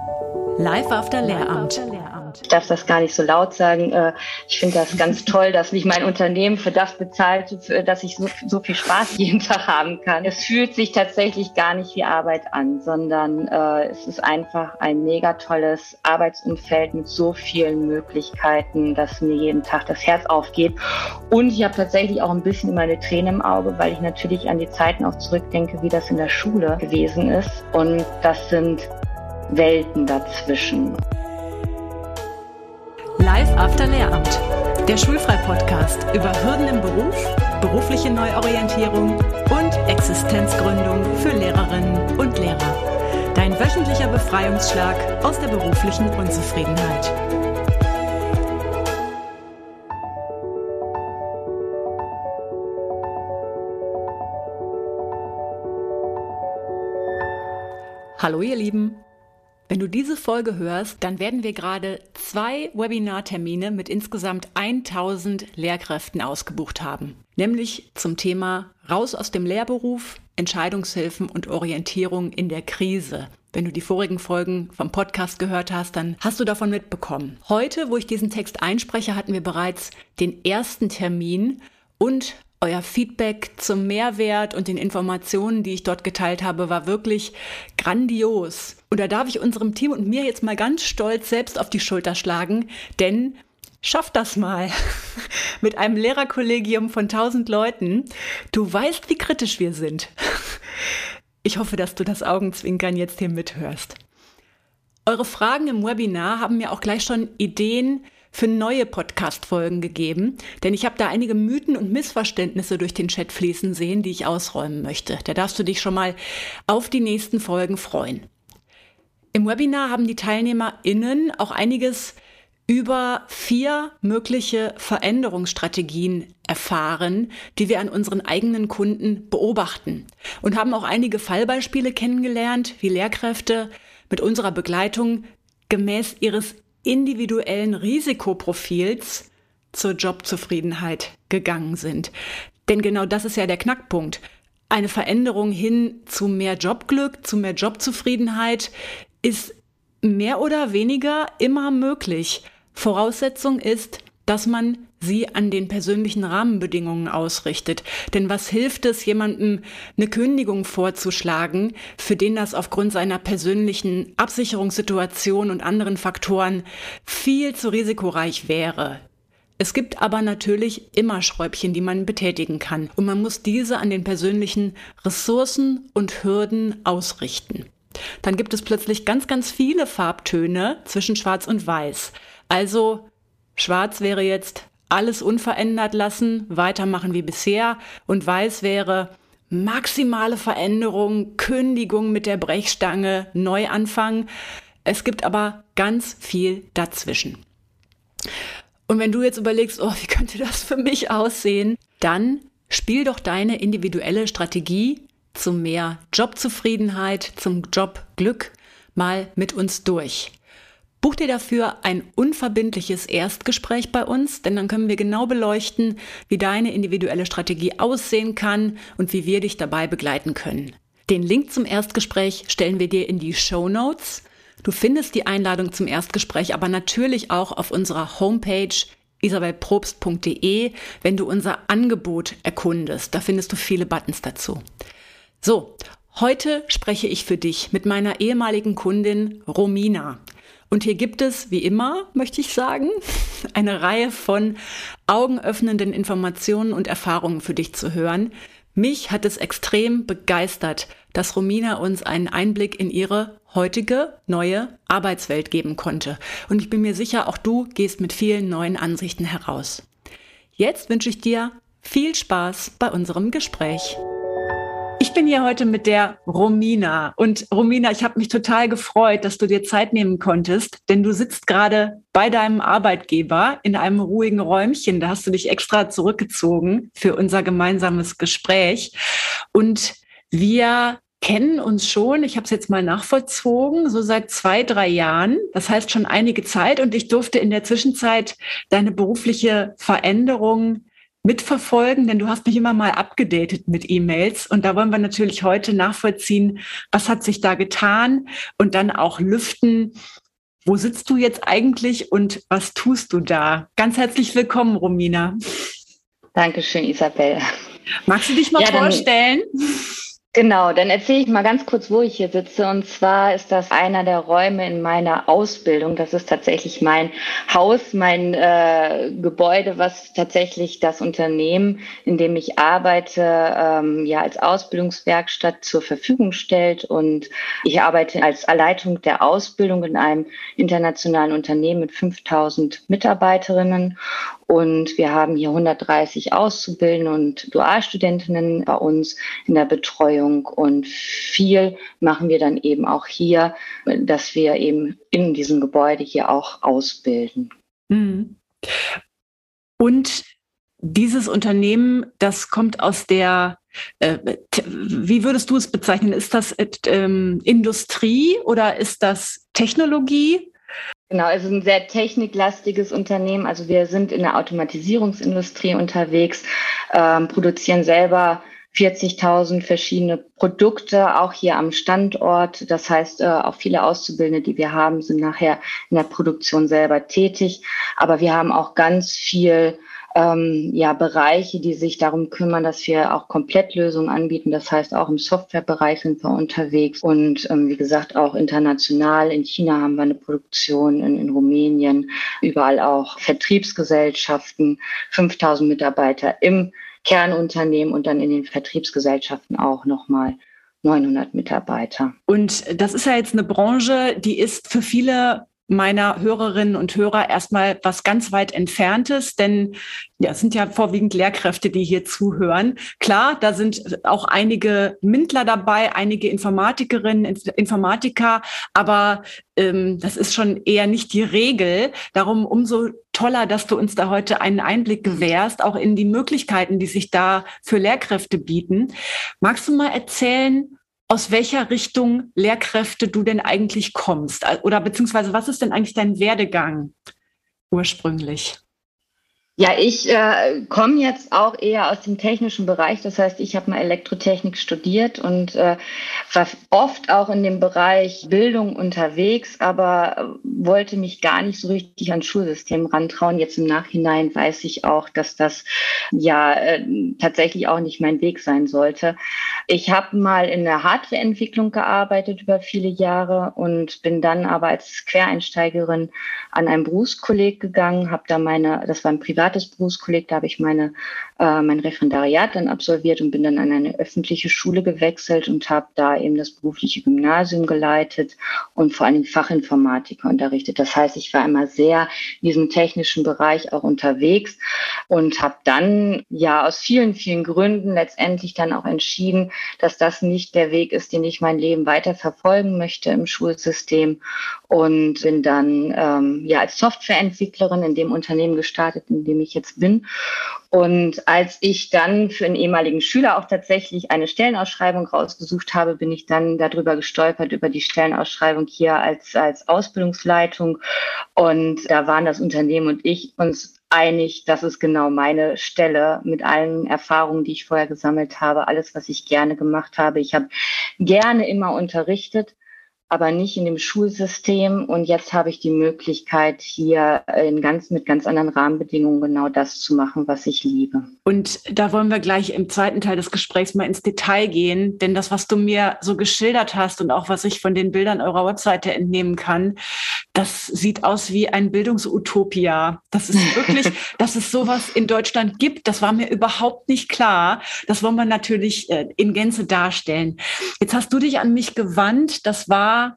Live after Lehramt. Ich darf das gar nicht so laut sagen. Ich finde das ganz toll, dass mich mein Unternehmen für das bezahlt, für dass ich so viel Spaß jeden Tag haben kann. Es fühlt sich tatsächlich gar nicht wie Arbeit an, sondern es ist einfach ein mega tolles Arbeitsumfeld mit so vielen Möglichkeiten, dass mir jeden Tag das Herz aufgeht. Und ich habe tatsächlich auch ein bisschen immer eine Träne im Auge, weil ich natürlich an die Zeiten auch zurückdenke, wie das in der Schule gewesen ist. Und das sind Welten dazwischen. Live after Lehramt, der Schulfrei-Podcast über Hürden im Beruf, berufliche Neuorientierung und Existenzgründung für Lehrerinnen und Lehrer. Dein wöchentlicher Befreiungsschlag aus der beruflichen Unzufriedenheit. Hallo ihr Lieben! Wenn du diese Folge hörst, dann werden wir gerade 2 Webinartermine mit insgesamt 1000 Lehrkräften ausgebucht haben. Nämlich zum Thema Raus aus dem Lehrberuf, Entscheidungshilfen und Orientierung in der Krise. Wenn du die vorigen Folgen vom Podcast gehört hast, dann hast du davon mitbekommen. Heute, wo ich diesen Text einspreche, hatten wir bereits den ersten Termin und euer Feedback zum Mehrwert und den Informationen, die ich dort geteilt habe, war wirklich grandios. Und da darf ich unserem Team und mir jetzt mal ganz stolz selbst auf die Schulter schlagen, denn schaff das mal mit einem Lehrerkollegium von 1000 Leuten. Du weißt, wie kritisch wir sind. Ich hoffe, dass du das Augenzwinkern jetzt hier mithörst. Eure Fragen im Webinar haben mir auch gleich schon Ideen für neue Podcast-Folgen gegeben, denn ich habe da einige Mythen und Missverständnisse durch den Chat fließen sehen, die ich ausräumen möchte. Da darfst du dich schon mal auf die nächsten Folgen freuen. Im Webinar haben die TeilnehmerInnen auch einiges über 4 mögliche Veränderungsstrategien erfahren, die wir an unseren eigenen Kunden beobachten und haben auch einige Fallbeispiele kennengelernt, wie Lehrkräfte mit unserer Begleitung gemäß ihres individuellen Risikoprofils zur Jobzufriedenheit gegangen sind. Denn genau das ist ja der Knackpunkt. Eine Veränderung hin zu mehr Jobglück, zu mehr Jobzufriedenheit ist mehr oder weniger immer möglich. Voraussetzung ist, dass man sie an den persönlichen Rahmenbedingungen ausrichtet. Denn was hilft es, jemandem eine Kündigung vorzuschlagen, für den das aufgrund seiner persönlichen Absicherungssituation und anderen Faktoren viel zu risikoreich wäre? Es gibt aber natürlich immer Schräubchen, die man betätigen kann. Und man muss diese an den persönlichen Ressourcen und Hürden ausrichten. Dann gibt es plötzlich ganz, ganz viele Farbtöne zwischen Schwarz und Weiß. Also Schwarz wäre jetzt alles unverändert lassen, weitermachen wie bisher, und Weiß wäre maximale Veränderung, Kündigung mit der Brechstange, Neuanfang. Es gibt aber ganz viel dazwischen. Und wenn du jetzt überlegst, wie könnte das für mich aussehen, dann spiel doch deine individuelle Strategie zu mehr Jobzufriedenheit, zum Jobglück mal mit uns durch. Buch dir dafür ein unverbindliches Erstgespräch bei uns, denn dann können wir genau beleuchten, wie deine individuelle Strategie aussehen kann und wie wir dich dabei begleiten können. Den Link zum Erstgespräch stellen wir dir in die Shownotes. Du findest die Einladung zum Erstgespräch aber natürlich auch auf unserer Homepage isabelprobst.de, wenn du unser Angebot erkundest. Da findest du viele Buttons dazu. So, heute spreche ich für dich mit meiner ehemaligen Kundin Romina. Und hier gibt es, wie immer, möchte ich sagen, eine Reihe von augenöffnenden Informationen und Erfahrungen für dich zu hören. Mich hat es extrem begeistert, dass Romina uns einen Einblick in ihre heutige, neue Arbeitswelt geben konnte. Und ich bin mir sicher, auch du gehst mit vielen neuen Ansichten heraus. Jetzt wünsche ich dir viel Spaß bei unserem Gespräch. Ich bin hier heute mit der Romina. Und Romina, ich habe mich total gefreut, dass du dir Zeit nehmen konntest, denn du sitzt gerade bei deinem Arbeitgeber in einem ruhigen Räumchen. Da hast du dich extra zurückgezogen für unser gemeinsames Gespräch. Und wir kennen uns schon, ich habe es jetzt mal nachvollzogen, so seit 2-3 Jahren. Das heißt schon einige Zeit. Und ich durfte in der Zwischenzeit deine berufliche Veränderung mitverfolgen, denn du hast mich immer mal abgedatet mit E-Mails und da wollen wir natürlich heute nachvollziehen, was hat sich da getan und dann auch lüften, wo sitzt du jetzt eigentlich und was tust du da? Ganz herzlich willkommen, Romina. Dankeschön, Isabel. Magst du dich mal vorstellen? Genau, dann erzähle ich mal ganz kurz, wo ich hier sitze. Und zwar ist das einer der Räume in meiner Ausbildung. Das ist tatsächlich mein Haus, mein Gebäude, was tatsächlich das Unternehmen, in dem ich arbeite, als Ausbildungswerkstatt zur Verfügung stellt. Und ich arbeite als Leitung der Ausbildung in einem internationalen Unternehmen mit 5000 Mitarbeiterinnen. Und wir haben hier 130 Auszubildende und Dualstudentinnen bei uns in der Betreuung. Und viel machen wir dann eben auch hier, dass wir eben in diesem Gebäude hier auch ausbilden. Und dieses Unternehmen, das kommt aus der, wie würdest du es bezeichnen? Ist das Industrie oder ist das Technologie? Genau, es ist ein sehr techniklastiges Unternehmen. Also wir sind in der Automatisierungsindustrie unterwegs, produzieren selber 40.000 verschiedene Produkte, auch hier am Standort. Das heißt, auch viele Auszubildende, die wir haben, sind nachher in der Produktion selber tätig. Aber wir haben auch ganz viel Bereiche, die sich darum kümmern, dass wir auch Komplettlösungen anbieten. Das heißt, auch im Softwarebereich sind wir unterwegs und wie gesagt, auch international. In China haben wir eine Produktion, in Rumänien, überall auch Vertriebsgesellschaften, 5000 Mitarbeiter im Kernunternehmen und dann in den Vertriebsgesellschaften auch nochmal 900 Mitarbeiter. Und das ist ja jetzt eine Branche, die ist für viele meiner Hörerinnen und Hörer erstmal was ganz weit Entferntes, denn ja, es sind ja vorwiegend Lehrkräfte, die hier zuhören. Klar, da sind auch einige MINTler dabei, einige Informatikerinnen, Informatiker, aber das ist schon eher nicht die Regel. Darum umso toller, dass du uns da heute einen Einblick gewährst, auch in die Möglichkeiten, die sich da für Lehrkräfte bieten. Magst du mal erzählen, aus welcher Richtung Lehrkräfte du denn eigentlich kommst? Oder beziehungsweise was ist denn eigentlich dein Werdegang ursprünglich? Ja, ich komme jetzt auch eher aus dem technischen Bereich. Das heißt, ich habe mal Elektrotechnik studiert und war oft auch in dem Bereich Bildung unterwegs, aber wollte mich gar nicht so richtig ans Schulsystem rantrauen. Jetzt im Nachhinein weiß ich auch, dass das tatsächlich auch nicht mein Weg sein sollte. Ich habe mal in der Hardwareentwicklung gearbeitet über viele Jahre und bin dann aber als Quereinsteigerin an ein Berufskolleg gegangen, habe da das war ein privates Berufskolleg, da habe ich mein Referendariat dann absolviert und bin dann an eine öffentliche Schule gewechselt und habe da eben das berufliche Gymnasium geleitet und vor allem Fachinformatiker unterrichtet. Das heißt, ich war immer sehr in diesem technischen Bereich auch unterwegs und habe dann ja aus vielen, vielen Gründen letztendlich dann auch entschieden, dass das nicht der Weg ist, den ich mein Leben weiter verfolgen möchte im Schulsystem und bin dann als Softwareentwicklerin in dem Unternehmen gestartet, in dem ich jetzt bin. Und als ich dann für einen ehemaligen Schüler auch tatsächlich eine Stellenausschreibung rausgesucht habe, bin ich dann darüber gestolpert, über die Stellenausschreibung hier als Ausbildungsleitung. Und da waren das Unternehmen und ich uns einig, das ist genau meine Stelle mit allen Erfahrungen, die ich vorher gesammelt habe, alles, was ich gerne gemacht habe. Ich habe gerne immer unterrichtet, aber nicht in dem Schulsystem. Und jetzt habe ich die Möglichkeit, hier mit ganz anderen Rahmenbedingungen genau das zu machen, was ich liebe. Und da wollen wir gleich im zweiten Teil des Gesprächs mal ins Detail gehen, denn das, was du mir so geschildert hast und auch was ich von den Bildern eurer Webseite entnehmen kann, das sieht aus wie ein Bildungsutopia. Das ist wirklich, dass es sowas in Deutschland gibt, das war mir überhaupt nicht klar. Das wollen wir natürlich in Gänze darstellen. Jetzt hast du dich an mich gewandt, das war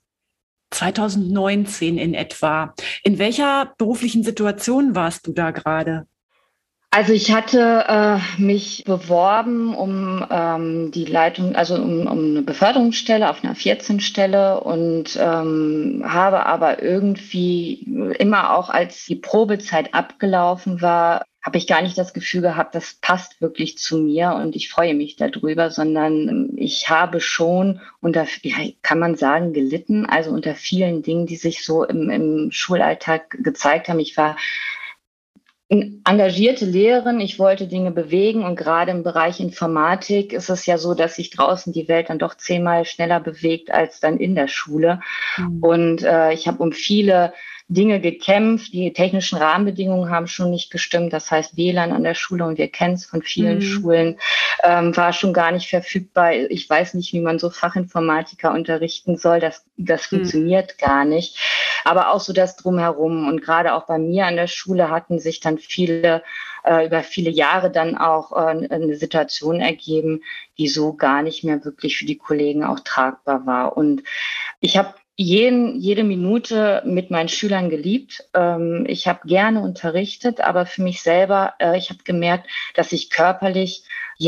2019 in etwa. In welcher beruflichen Situation warst du da gerade? Also ich hatte mich beworben um die Leitung, also um eine Beförderungsstelle auf einer 14-Stelle und habe aber irgendwie immer auch, als die Probezeit abgelaufen war, habe ich gar nicht das Gefühl gehabt, das passt wirklich zu mir und ich freue mich darüber, sondern ich habe schon unter, kann man sagen, gelitten, also unter vielen Dingen, die sich so im Schulalltag gezeigt haben. Ich war eine engagierte Lehrerin. Ich wollte Dinge bewegen und gerade im Bereich Informatik ist es ja so, dass sich draußen die Welt dann doch 10-mal schneller bewegt als dann in der Schule. Und ich habe um viele Dinge gekämpft. Die technischen Rahmenbedingungen haben schon nicht gestimmt. Das heißt, WLAN an der Schule, und wir kennen es von vielen Schulen, war schon gar nicht verfügbar. Ich weiß nicht, wie man so Fachinformatiker unterrichten soll. Das funktioniert gar nicht. Aber auch so das Drumherum. Und gerade auch bei mir an der Schule hatten sich dann über viele Jahre dann auch eine Situation ergeben, die so gar nicht mehr wirklich für die Kollegen auch tragbar war. Und ich habe jede Minute mit meinen Schülern geliebt. Ich habe gerne unterrichtet, aber für mich selber, ich habe gemerkt, dass ich körperlich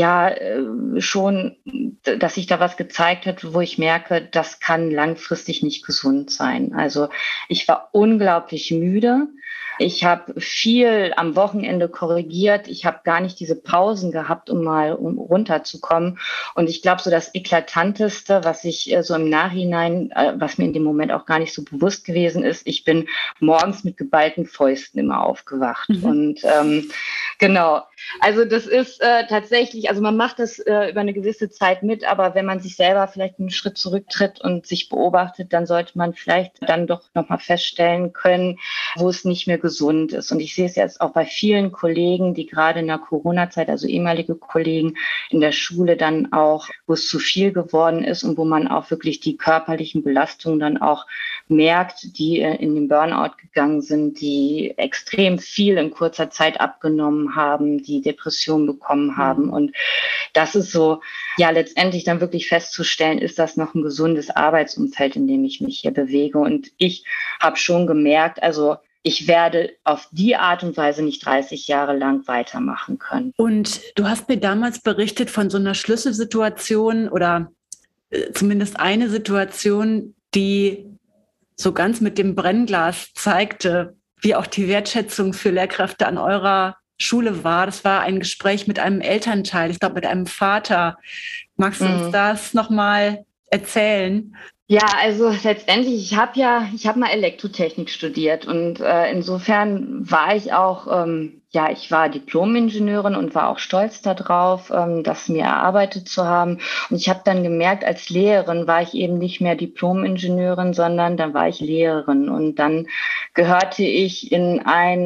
schon, dass sich da was gezeigt hat, wo ich merke, das kann langfristig nicht gesund sein. Also ich war unglaublich müde. Ich habe viel am Wochenende korrigiert. Ich habe gar nicht diese Pausen gehabt, um runterzukommen. Und ich glaube, so das Eklatanteste, was ich so im Nachhinein, was mir in dem Moment auch gar nicht so bewusst gewesen ist, ich bin morgens mit geballten Fäusten immer aufgewacht. Und genau, also das ist tatsächlich, also man macht das über eine gewisse Zeit mit, aber wenn man sich selber vielleicht einen Schritt zurücktritt und sich beobachtet, dann sollte man vielleicht dann doch nochmal feststellen können, wo es nicht mehr gesund ist. Und ich sehe es jetzt auch bei vielen Kollegen, die gerade in der Corona-Zeit, also ehemalige Kollegen in der Schule dann auch, wo es zu viel geworden ist und wo man auch wirklich die körperlichen Belastungen dann auch merkt, die in den Burnout gegangen sind, die extrem viel in kurzer Zeit abgenommen haben, die Depressionen bekommen haben. Und das ist so, ja, letztendlich dann wirklich festzustellen, ist das noch ein gesundes Arbeitsumfeld, in dem ich mich hier bewege. Und ich habe schon gemerkt, also ich werde auf die Art und Weise nicht 30 Jahre lang weitermachen können. Und du hast mir damals berichtet von so einer Schlüsselsituation oder zumindest eine Situation, die so ganz mit dem Brennglas zeigte, wie auch die Wertschätzung für Lehrkräfte an eurer Schule war. Das war ein Gespräch mit einem Elternteil, ich glaube mit einem Vater. Magst du uns das nochmal erzählen? Ja, also letztendlich, ich habe mal Elektrotechnik studiert und insofern war ich auch, ich war Diplom-Ingenieurin und war auch stolz darauf, das mir erarbeitet zu haben. Und ich habe dann gemerkt, als Lehrerin war ich eben nicht mehr Diplom-Ingenieurin, sondern dann war ich Lehrerin. Und dann gehörte ich in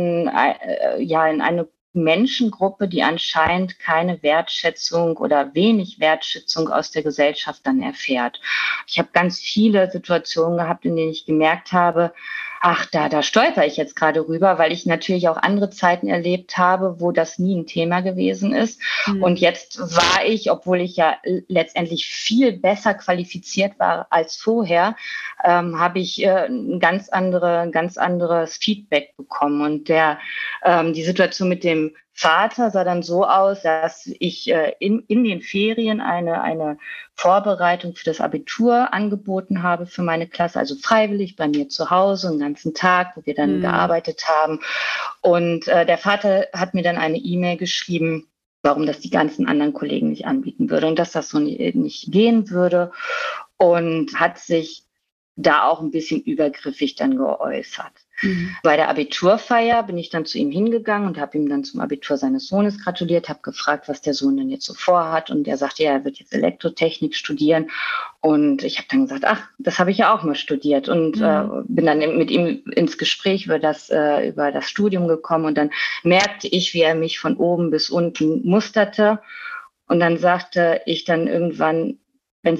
eine Menschengruppe, die anscheinend keine Wertschätzung oder wenig Wertschätzung aus der Gesellschaft dann erfährt. Ich habe ganz viele Situationen gehabt, in denen ich gemerkt habe, ach, da stolper ich jetzt gerade rüber, weil ich natürlich auch andere Zeiten erlebt habe, wo das nie ein Thema gewesen ist. Und jetzt war ich, obwohl ich ja letztendlich viel besser qualifiziert war als vorher, habe ich ein ganz anderes Feedback bekommen. Und die Situation mit dem Vater sah dann so aus, dass ich in den Ferien eine Vorbereitung für das Abitur angeboten habe für meine Klasse, also freiwillig bei mir zu Hause, einen ganzen Tag, wo wir dann gearbeitet haben. Und der Vater hat mir dann eine E-Mail geschrieben, warum das die ganzen anderen Kollegen nicht anbieten würde und dass das so nicht gehen würde, und hat sich da auch ein bisschen übergriffig dann geäußert. Bei der Abiturfeier bin ich dann zu ihm hingegangen und habe ihm dann zum Abitur seines Sohnes gratuliert, habe gefragt, was der Sohn denn jetzt so vorhat. Und er sagte, ja, er wird jetzt Elektrotechnik studieren. Und ich habe dann gesagt, ach, das habe ich ja auch mal studiert. Und bin dann mit ihm ins Gespräch über das Studium gekommen. Und dann merkte ich, wie er mich von oben bis unten musterte. Und dann sagte ich dann irgendwann, dann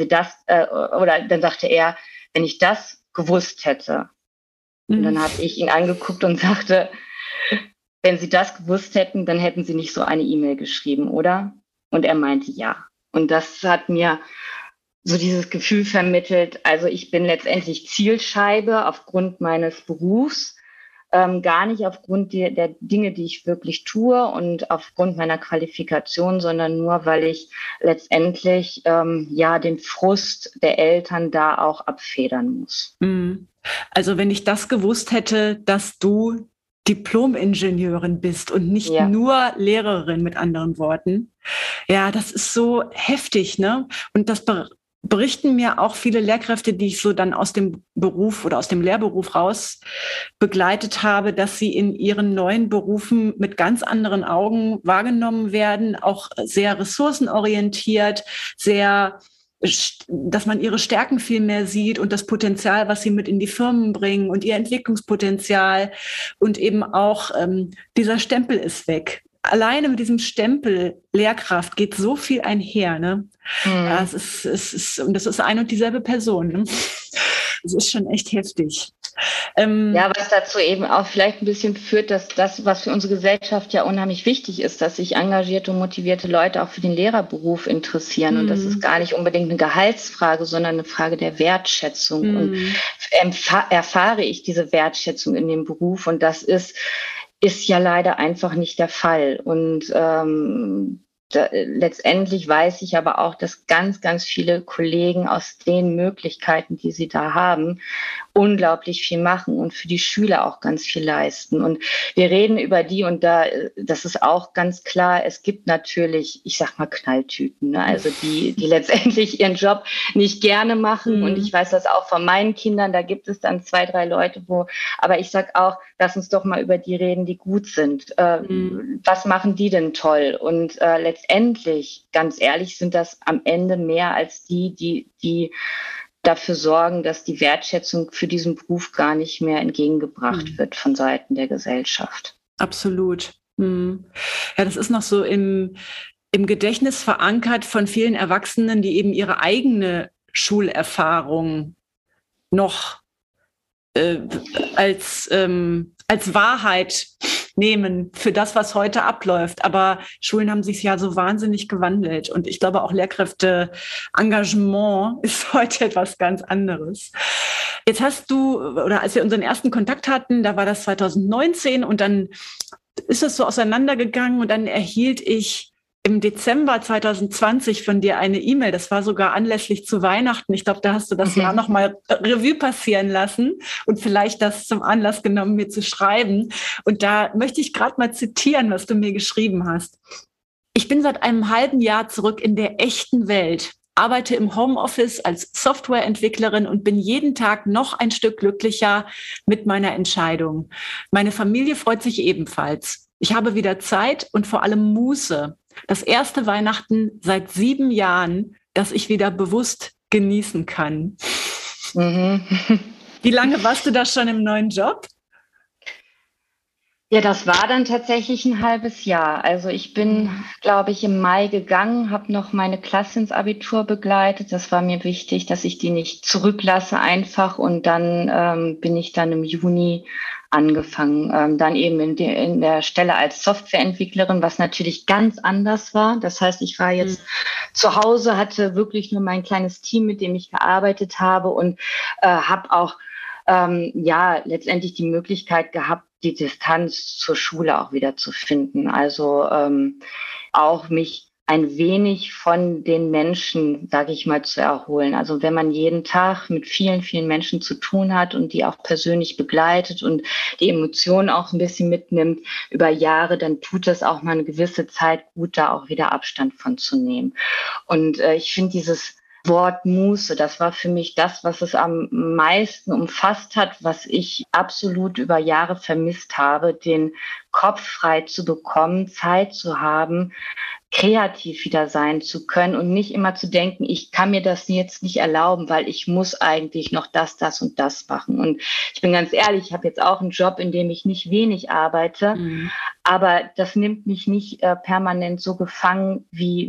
sagte er, wenn ich das gewusst hätte. Und dann habe ich ihn angeguckt und sagte, wenn Sie das gewusst hätten, dann hätten Sie nicht so eine E-Mail geschrieben, oder? Und er meinte ja. Und das hat mir so dieses Gefühl vermittelt, also ich bin letztendlich Zielscheibe aufgrund meines Berufs, gar nicht aufgrund der Dinge, die ich wirklich tue und aufgrund meiner Qualifikation, sondern nur, weil ich letztendlich den Frust der Eltern da auch abfedern muss. Also wenn ich das gewusst hätte, dass du Diplom-Ingenieurin bist und nicht nur Lehrerin, mit anderen Worten. Ja, das ist so heftig, ne? Und das berichten mir auch viele Lehrkräfte, die ich so dann aus dem Beruf oder aus dem Lehrberuf raus begleitet habe, dass sie in ihren neuen Berufen mit ganz anderen Augen wahrgenommen werden, auch sehr ressourcenorientiert, dass man ihre Stärken viel mehr sieht und das Potenzial, was sie mit in die Firmen bringen und ihr Entwicklungspotenzial und eben auch dieser Stempel ist weg. Alleine mit diesem Stempel Lehrkraft geht so viel einher, ne? Es ist, und das ist eine und dieselbe Person, ne? Das ist schon echt heftig. Ja, was dazu eben auch vielleicht ein bisschen führt, dass das, was für unsere Gesellschaft ja unheimlich wichtig ist, dass sich engagierte und motivierte Leute auch für den Lehrerberuf interessieren. Und das ist gar nicht unbedingt eine Gehaltsfrage, sondern eine Frage der Wertschätzung. Und erfahre ich diese Wertschätzung in dem Beruf? Und das ist ja leider einfach nicht der Fall. Und letztendlich weiß ich aber auch, dass ganz, ganz viele Kollegen aus den Möglichkeiten, die sie da haben, unglaublich viel machen und für die Schüler auch ganz viel leisten. Und wir reden über die und da, das ist auch ganz klar, es gibt natürlich, ich sag mal, Knalltüten, ne? Also die letztendlich ihren Job nicht gerne machen. Und ich weiß das auch von meinen Kindern, da gibt es dann 2, 3 Leute, aber ich sag auch, lass uns doch mal über die reden, die gut sind. Was machen die denn toll? Und letztendlich, ganz ehrlich, sind das am Ende mehr als die dafür sorgen, dass die Wertschätzung für diesen Beruf gar nicht mehr entgegengebracht wird von Seiten der Gesellschaft. Absolut. Ja, das ist noch so im Gedächtnis verankert von vielen Erwachsenen, die eben ihre eigene Schulerfahrung noch als Wahrheit nehmen für das, was heute abläuft. Aber Schulen haben sich ja so wahnsinnig gewandelt. Und ich glaube, auch Lehrkräfte-Engagement ist heute etwas ganz anderes. Jetzt hast du, oder als wir unseren ersten Kontakt hatten, da war das 2019 und dann ist es so auseinandergegangen und dann erhielt ich im Dezember 2020 von dir eine E-Mail. Das war sogar anlässlich zu Weihnachten. Ich glaube, da hast du das Jahr nochmal Revue passieren lassen und vielleicht das zum Anlass genommen, mir zu schreiben. Und da möchte ich gerade mal zitieren, was du mir geschrieben hast. Ich bin seit einem halben Jahr zurück in der echten Welt, arbeite im Homeoffice als Softwareentwicklerin und bin jeden Tag noch ein Stück glücklicher mit meiner Entscheidung. Meine Familie freut sich ebenfalls. Ich habe wieder Zeit und vor allem Muße. Das erste Weihnachten seit 7 Jahren, das ich wieder bewusst genießen kann. Wie lange warst du da schon im neuen Job? Ja, das war dann tatsächlich ein halbes Jahr. Also ich bin, glaube ich, im Mai gegangen, habe noch meine Klasse ins Abitur begleitet. Das war mir wichtig, dass ich die nicht zurücklasse einfach. Und dann bin ich dann im Juni angefangen, dann eben in der Stelle als Softwareentwicklerin, was natürlich ganz anders war. Das heißt, ich war jetzt zu Hause, hatte wirklich nur mein kleines Team, mit dem ich gearbeitet habe und habe auch letztendlich die Möglichkeit gehabt, die Distanz zur Schule auch wieder zu finden. Also auch mich ein wenig von den Menschen, sage ich mal, zu erholen. Also wenn man jeden Tag mit vielen, vielen Menschen zu tun hat und die auch persönlich begleitet und die Emotionen auch ein bisschen mitnimmt über Jahre, dann tut das auch mal eine gewisse Zeit gut, da auch wieder Abstand von zu nehmen. Und ich finde dieses Wort Muße, das war für mich das, was es am meisten umfasst hat, was ich absolut über Jahre vermisst habe, den Kopf frei zu bekommen, Zeit zu haben, kreativ wieder sein zu können und nicht immer zu denken, ich kann mir das jetzt nicht erlauben, weil ich muss eigentlich noch das und das machen. Und ich bin ganz ehrlich, ich habe jetzt auch einen Job, in dem ich nicht wenig arbeite, aber das nimmt mich nicht permanent so gefangen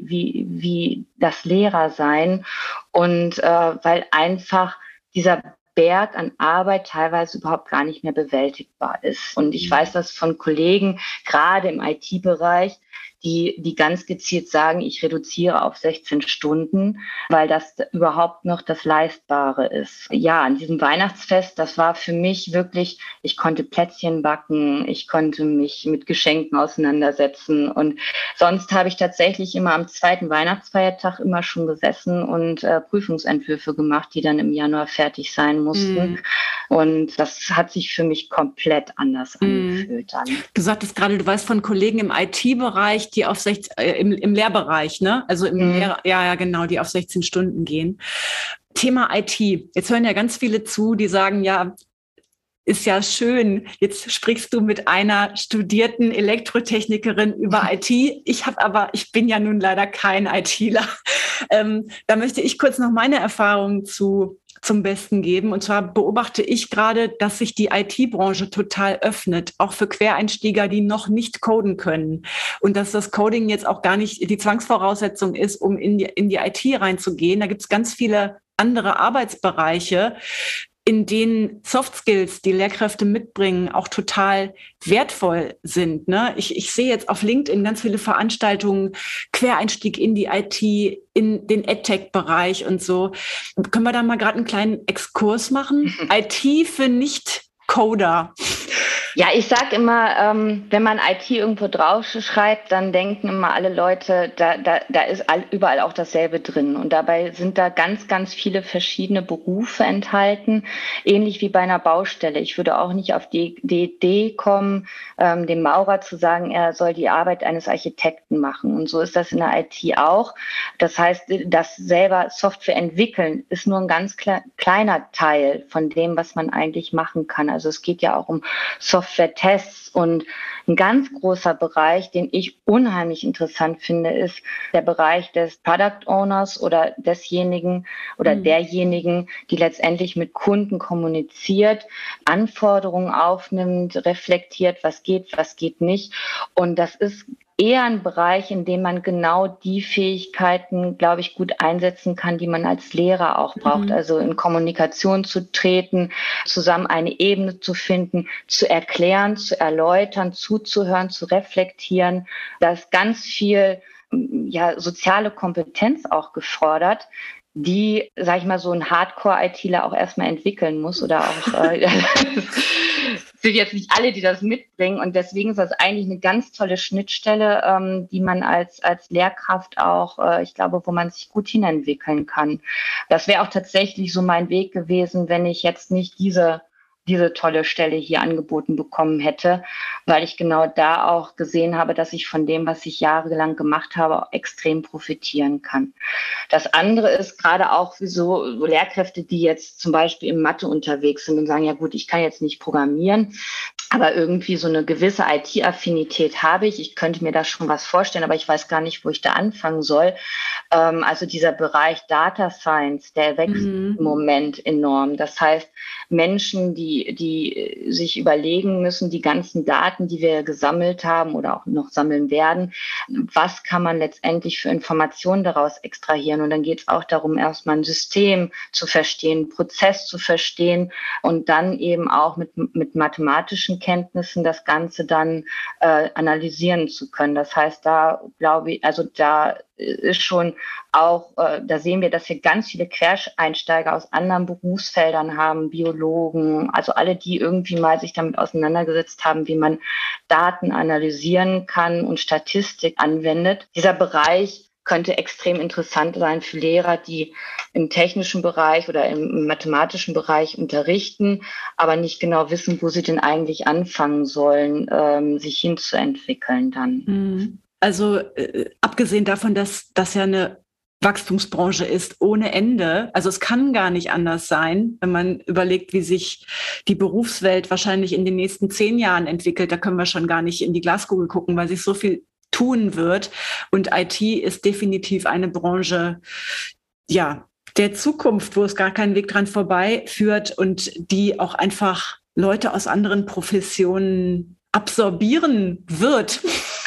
wie das Lehrersein. Und weil einfach dieser Berg an Arbeit teilweise überhaupt gar nicht mehr bewältigbar ist. Und ich weiß das von Kollegen, gerade im IT-Bereich, die ganz gezielt sagen, ich reduziere auf 16 Stunden, weil das überhaupt noch das Leistbare ist. Ja, an diesem Weihnachtsfest, das war für mich wirklich, ich konnte Plätzchen backen, ich konnte mich mit Geschenken auseinandersetzen und sonst habe ich tatsächlich immer am 2. Weihnachtsfeiertag immer schon gesessen und Prüfungsentwürfe gemacht, die dann im Januar fertig sein mussten. Und das hat sich für mich komplett anders angefühlt. angefühlt dann. Du sagtest gerade, du weißt von Kollegen im IT-Bereich, die auf im Lehrbereich, ne? Also ja, genau, die auf 16 Stunden gehen. Thema IT. Jetzt hören ja ganz viele zu, die sagen, ja, ist ja schön. Jetzt sprichst du mit einer studierten Elektrotechnikerin über IT. Ich bin ja nun leider kein ITler. Da möchte ich kurz noch meine Erfahrungen zum Besten geben. Und zwar beobachte ich gerade, dass sich die IT-Branche total öffnet, auch für Quereinsteiger, die noch nicht coden können. Und dass das Coding jetzt auch gar nicht die Zwangsvoraussetzung ist, um in die IT reinzugehen. Da gibt es ganz viele andere Arbeitsbereiche, in denen Soft Skills, die Lehrkräfte mitbringen, auch total wertvoll sind. Ne? Ich sehe jetzt auf LinkedIn ganz viele Veranstaltungen, Quereinstieg in die IT, in den EdTech-Bereich und so. Können wir da mal gerade einen kleinen Exkurs machen? IT für Nicht-Coder. Ja, ich sag immer, wenn man IT irgendwo drauf schreibt, dann denken immer alle Leute, da ist überall auch dasselbe drin. Und dabei sind da ganz, ganz viele verschiedene Berufe enthalten, ähnlich wie bei einer Baustelle. Ich würde auch nicht auf die Idee kommen, dem Maurer zu sagen, er soll die Arbeit eines Architekten machen. Und so ist das in der IT auch. Das heißt, das selber Software entwickeln ist nur ein ganz kleiner Teil von dem, was man eigentlich machen kann. Also es geht ja auch um Software-Tests, und ein ganz großer Bereich, den ich unheimlich interessant finde, ist der Bereich des Product Owners oder desjenigen oder derjenigen, die letztendlich mit Kunden kommuniziert, Anforderungen aufnimmt, reflektiert, was geht nicht. Und das ist eher ein Bereich, in dem man genau die Fähigkeiten, glaube ich, gut einsetzen kann, die man als Lehrer auch braucht. Also in Kommunikation zu treten, zusammen eine Ebene zu finden, zu erklären, zu erläutern, zuzuhören, zu reflektieren. Da ist ganz viel soziale Kompetenz auch gefordert, die, sag ich mal, so ein Hardcore-ITler auch erstmal entwickeln muss oder auch sind jetzt nicht alle, die das mitbringen, und deswegen ist das eigentlich eine ganz tolle Schnittstelle, die man als Lehrkraft auch, ich glaube, wo man sich gut hinentwickeln kann. Das wäre auch tatsächlich so mein Weg gewesen, wenn ich jetzt nicht diese tolle Stelle hier angeboten bekommen hätte, weil ich genau da auch gesehen habe, dass ich von dem, was ich jahrelang gemacht habe, auch extrem profitieren kann. Das andere ist gerade auch wie so Lehrkräfte, die jetzt zum Beispiel in Mathe unterwegs sind und sagen, ja gut, ich kann jetzt nicht programmieren, aber irgendwie so eine gewisse IT-Affinität habe ich. Ich könnte mir da schon was vorstellen, aber ich weiß gar nicht, wo ich da anfangen soll. Also dieser Bereich Data Science, der wächst im Moment enorm. Das heißt, Menschen, die sich überlegen müssen, die ganzen Daten, die wir gesammelt haben oder auch noch sammeln werden, was kann man letztendlich für Informationen daraus extrahieren? Und dann geht es auch darum, erstmal ein System zu verstehen, einen Prozess zu verstehen und dann eben auch mit mathematischen Kenntnissen das Ganze dann analysieren zu können. Das heißt, da glaube ich, also da ist schon auch, da sehen wir, dass wir ganz viele Quereinsteiger aus anderen Berufsfeldern haben, Biologen, also alle, die irgendwie mal sich damit auseinandergesetzt haben, wie man Daten analysieren kann und Statistik anwendet. Dieser Bereich könnte extrem interessant sein für Lehrer, die im technischen Bereich oder im mathematischen Bereich unterrichten, aber nicht genau wissen, wo sie denn eigentlich anfangen sollen, sich hinzuentwickeln dann. Also abgesehen davon, dass das ja eine Wachstumsbranche ist ohne Ende. Also es kann gar nicht anders sein, wenn man überlegt, wie sich die Berufswelt wahrscheinlich in den nächsten 10 Jahren entwickelt. Da können wir schon gar nicht in die Glaskugel gucken, weil sich so viel tun wird. Und IT ist definitiv eine Branche, ja, der Zukunft, wo es gar keinen Weg dran vorbei führt und die auch einfach Leute aus anderen Professionen absorbieren wird,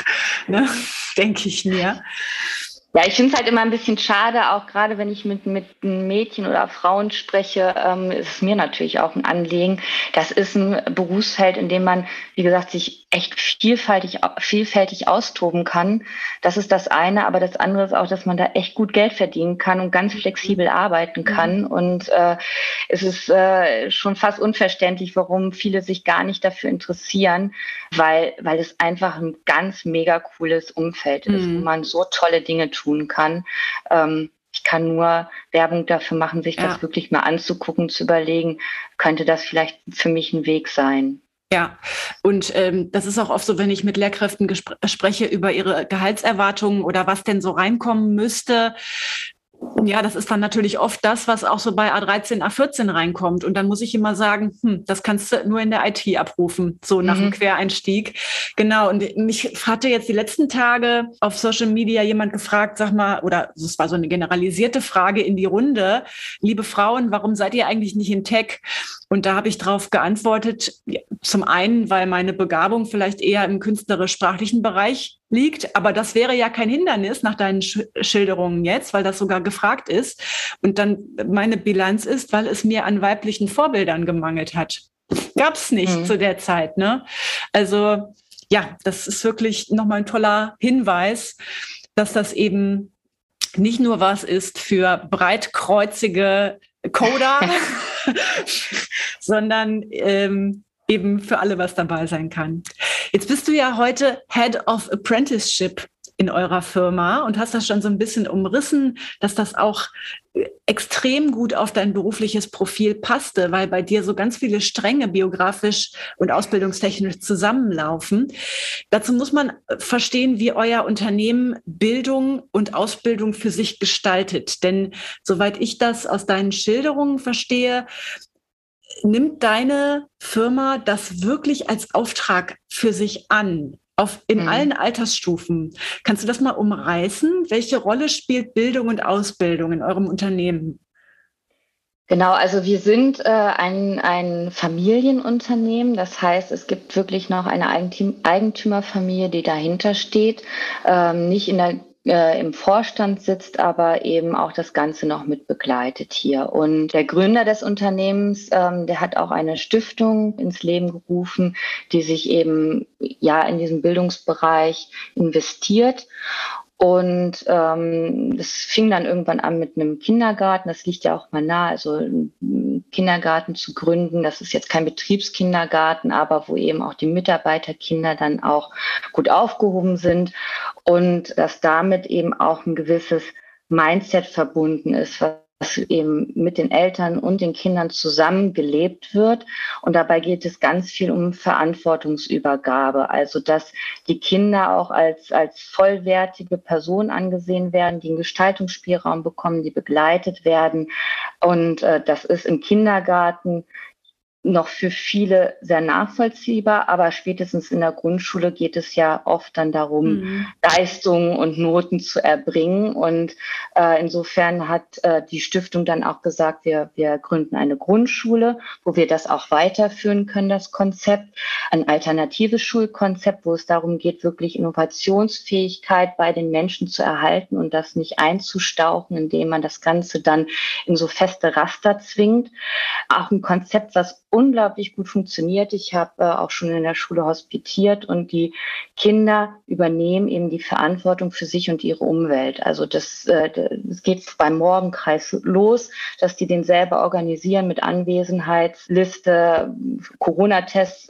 ne, denke ich mir. Ja, ich finde es halt immer ein bisschen schade, auch gerade wenn ich mit Mädchen oder Frauen spreche, ist es mir natürlich auch ein Anliegen. Das ist ein Berufsfeld, in dem man, wie gesagt, sich echt vielfältig austoben kann. Das ist das eine, aber das andere ist auch, dass man da echt gut Geld verdienen kann und ganz flexibel arbeiten kann. Und es ist schon fast unverständlich, warum viele sich gar nicht dafür interessieren, weil es einfach ein ganz mega cooles Umfeld ist, wo man so tolle Dinge tun kann. Ich kann nur Werbung dafür machen, sich das wirklich mal anzugucken, zu überlegen, könnte das vielleicht für mich ein Weg sein. Ja, und das ist auch oft so, wenn ich mit Lehrkräften spreche über ihre Gehaltserwartungen oder was denn so reinkommen müsste. Ja, das ist dann natürlich oft das, was auch so bei A13, A14 reinkommt. Und dann muss ich immer sagen, das kannst du nur in der IT abrufen, so nach dem Quereinstieg. Genau, und mich hatte jetzt die letzten Tage auf Social Media jemand gefragt, sag mal, oder es war so eine generalisierte Frage in die Runde, liebe Frauen, warum seid ihr eigentlich nicht in Tech? Und da habe ich darauf geantwortet, ja, zum einen, weil meine Begabung vielleicht eher im künstlerisch-sprachlichen Bereich liegt, aber das wäre ja kein Hindernis nach deinen Schilderungen jetzt, weil das sogar gefragt ist. Und dann meine Bilanz ist, weil es mir an weiblichen Vorbildern gemangelt hat. Gab es nicht zu der Zeit, ne? Also ja, das ist wirklich nochmal ein toller Hinweis, dass das eben nicht nur was ist für breitkreuzige Coder, sondern eben für alle was dabei sein kann. Jetzt bist du ja heute Head of Apprenticeship in eurer Firma und hast das schon so ein bisschen umrissen, dass das auch extrem gut auf dein berufliches Profil passte, weil bei dir so ganz viele Stränge biografisch und ausbildungstechnisch zusammenlaufen. Dazu muss man verstehen, wie euer Unternehmen Bildung und Ausbildung für sich gestaltet. Denn soweit ich das aus deinen Schilderungen verstehe, nimmt deine Firma das wirklich als Auftrag für sich an, in allen Altersstufen. Kannst du das mal umreißen? Welche Rolle spielt Bildung und Ausbildung in eurem Unternehmen? Genau, also wir sind ein Familienunternehmen. Das heißt, es gibt wirklich noch eine Eigentümerfamilie, die dahinter steht, nicht im Vorstand sitzt, aber eben auch das Ganze noch mit begleitet hier. Und der Gründer des Unternehmens, der hat auch eine Stiftung ins Leben gerufen, die sich eben ja in diesen Bildungsbereich investiert. Und das fing dann irgendwann an mit einem Kindergarten. Das liegt ja auch mal nah, also einen Kindergarten zu gründen. Das ist jetzt kein Betriebskindergarten, aber wo eben auch die Mitarbeiterkinder dann auch gut aufgehoben sind und dass damit eben auch ein gewisses Mindset verbunden ist, was eben mit den Eltern und den Kindern zusammen gelebt wird. Und dabei geht es ganz viel um Verantwortungsübergabe, also dass die Kinder auch als vollwertige Person angesehen werden, die einen Gestaltungsspielraum bekommen, die begleitet werden. Und das ist im Kindergarten noch für viele sehr nachvollziehbar, aber spätestens in der Grundschule geht es ja oft dann darum, Leistungen und Noten zu erbringen. Und insofern hat die Stiftung dann auch gesagt, wir gründen eine Grundschule, wo wir das auch weiterführen können, das Konzept, ein alternatives Schulkonzept, wo es darum geht, wirklich Innovationsfähigkeit bei den Menschen zu erhalten und das nicht einzustauchen, indem man das Ganze dann in so feste Raster zwingt. Auch ein Konzept, was unglaublich gut funktioniert. Ich habe auch schon in der Schule hospitiert und die Kinder übernehmen eben die Verantwortung für sich und ihre Umwelt. Also das geht beim Morgenkreis los, dass die den selber organisieren mit Anwesenheitsliste, Corona-Tests,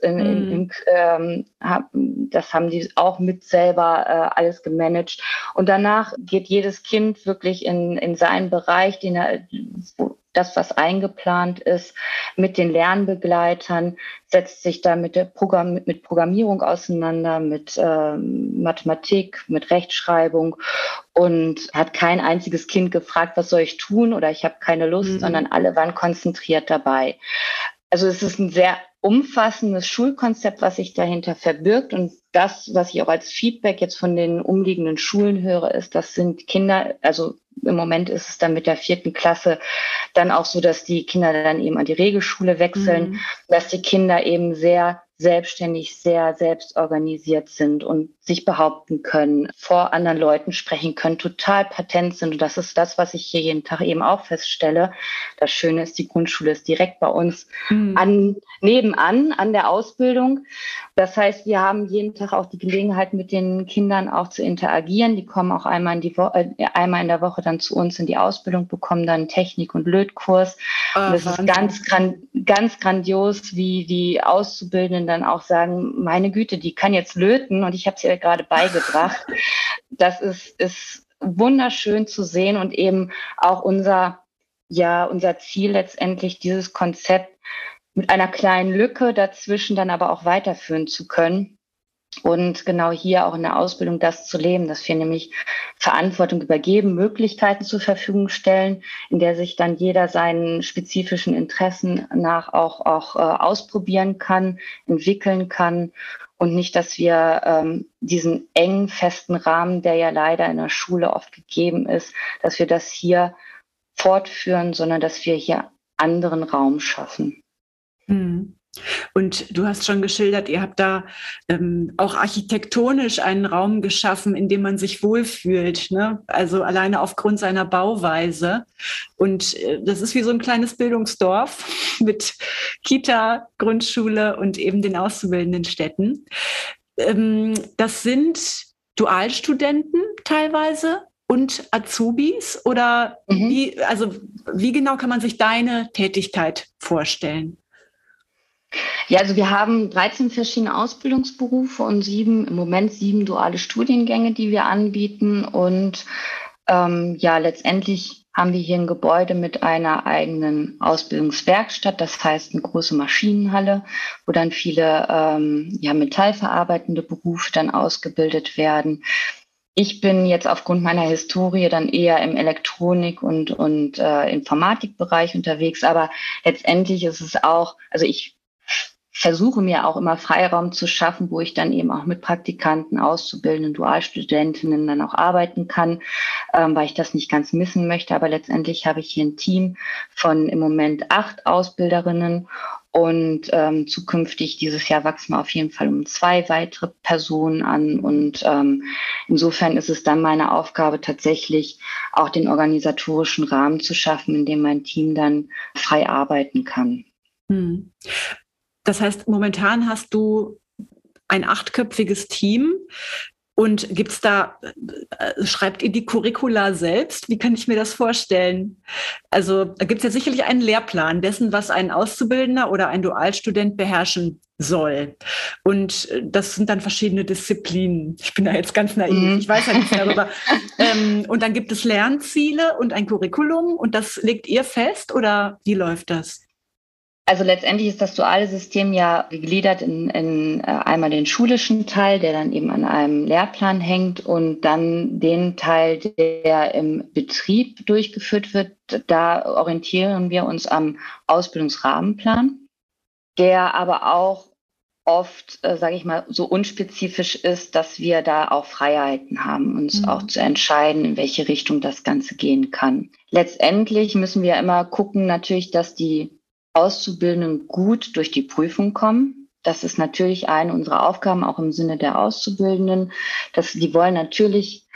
das haben die auch mit selber alles gemanagt. Und danach geht jedes Kind wirklich in seinen Bereich, das, was eingeplant ist, mit den Lernbegleitern, setzt sich da mit Programmierung auseinander, mit Mathematik, mit Rechtschreibung und hat kein einziges Kind gefragt, was soll ich tun oder ich habe keine Lust, sondern alle waren konzentriert dabei. Also es ist ein sehr umfassendes Schulkonzept, was sich dahinter verbirgt. Und das, was ich auch als Feedback jetzt von den umliegenden Schulen höre, ist, das sind Kinder, also im Moment ist es dann mit der 4. Klasse dann auch so, dass die Kinder dann eben an die Regelschule wechseln, dass die Kinder eben sehr selbstständig, sehr selbstorganisiert sind und sich behaupten können, vor anderen Leuten sprechen können, total patent sind. Und das ist das, was ich hier jeden Tag eben auch feststelle. Das Schöne ist, die Grundschule ist direkt bei uns nebenan an der Ausbildung. Das heißt, wir haben jeden Tag auch die Gelegenheit, mit den Kindern auch zu interagieren. Die kommen auch einmal in der Woche dann zu uns in die Ausbildung, bekommen dann einen Technik- und Lötkurs. Und das ist ganz grandios, wie die Auszubildenden dann auch sagen, meine Güte, die kann jetzt löten und ich habe es ihr gerade beigebracht. Das ist wunderschön zu sehen und eben auch unser Ziel letztendlich, dieses Konzept mit einer kleinen Lücke dazwischen dann aber auch weiterführen zu können. Und genau hier auch in der Ausbildung das zu leben, dass wir nämlich Verantwortung übergeben, Möglichkeiten zur Verfügung stellen, in der sich dann jeder seinen spezifischen Interessen nach auch ausprobieren kann, entwickeln kann. Und nicht, dass wir diesen engen, festen Rahmen, der ja leider in der Schule oft gegeben ist, dass wir das hier fortführen, sondern dass wir hier anderen Raum schaffen. Mhm. Und du hast schon geschildert, ihr habt da auch architektonisch einen Raum geschaffen, in dem man sich wohlfühlt, ne? Also alleine aufgrund seiner Bauweise. Und das ist wie so ein kleines Bildungsdorf mit Kita, Grundschule und eben den auszubildenden Städten. Das sind Dualstudenten teilweise und Azubis oder wie genau kann man sich deine Tätigkeit vorstellen? Ja, also wir haben 13 verschiedene Ausbildungsberufe und im Moment 7 duale Studiengänge, die wir anbieten. Und letztendlich haben wir hier ein Gebäude mit einer eigenen Ausbildungswerkstatt, das heißt eine große Maschinenhalle, wo dann viele metallverarbeitende Berufe dann ausgebildet werden. Ich bin jetzt aufgrund meiner Historie dann eher im Elektronik- und Informatikbereich unterwegs, aber letztendlich ist es auch, also ich versuche mir auch immer Freiraum zu schaffen, wo ich dann eben auch mit Praktikanten, Auszubildenden, Dualstudentinnen dann auch arbeiten kann, weil ich das nicht ganz missen möchte. Aber letztendlich habe ich hier ein Team von im Moment 8 Ausbilderinnen und zukünftig dieses Jahr wachsen wir auf jeden Fall um 2 weitere Personen an. Und insofern ist es dann meine Aufgabe, tatsächlich auch den organisatorischen Rahmen zu schaffen, in dem mein Team dann frei arbeiten kann. Hm. Das heißt, momentan hast du ein 8-köpfiges Team. Und gibt's da, schreibt ihr die Curricula selbst? Wie kann ich mir das vorstellen? Also da gibt's ja sicherlich einen Lehrplan dessen, was ein Auszubildender oder ein Dualstudent beherrschen soll. Und das sind dann verschiedene Disziplinen. Ich bin da jetzt ganz naiv, ich weiß ja nichts darüber. Und dann gibt es Lernziele und ein Curriculum und das legt ihr fest oder wie läuft das? Also letztendlich ist das duale System ja gegliedert in einmal den schulischen Teil, der dann eben an einem Lehrplan hängt und dann den Teil, der im Betrieb durchgeführt wird. Da orientieren wir uns am Ausbildungsrahmenplan, der aber auch oft, sage ich mal, so unspezifisch ist, dass wir da auch Freiheiten haben, uns auch zu entscheiden, in welche Richtung das Ganze gehen kann. Letztendlich müssen wir immer gucken, natürlich, dass die Auszubildenden gut durch die Prüfung kommen. Das ist natürlich eine unserer Aufgaben, auch im Sinne der Auszubildenden. Die wollen natürlich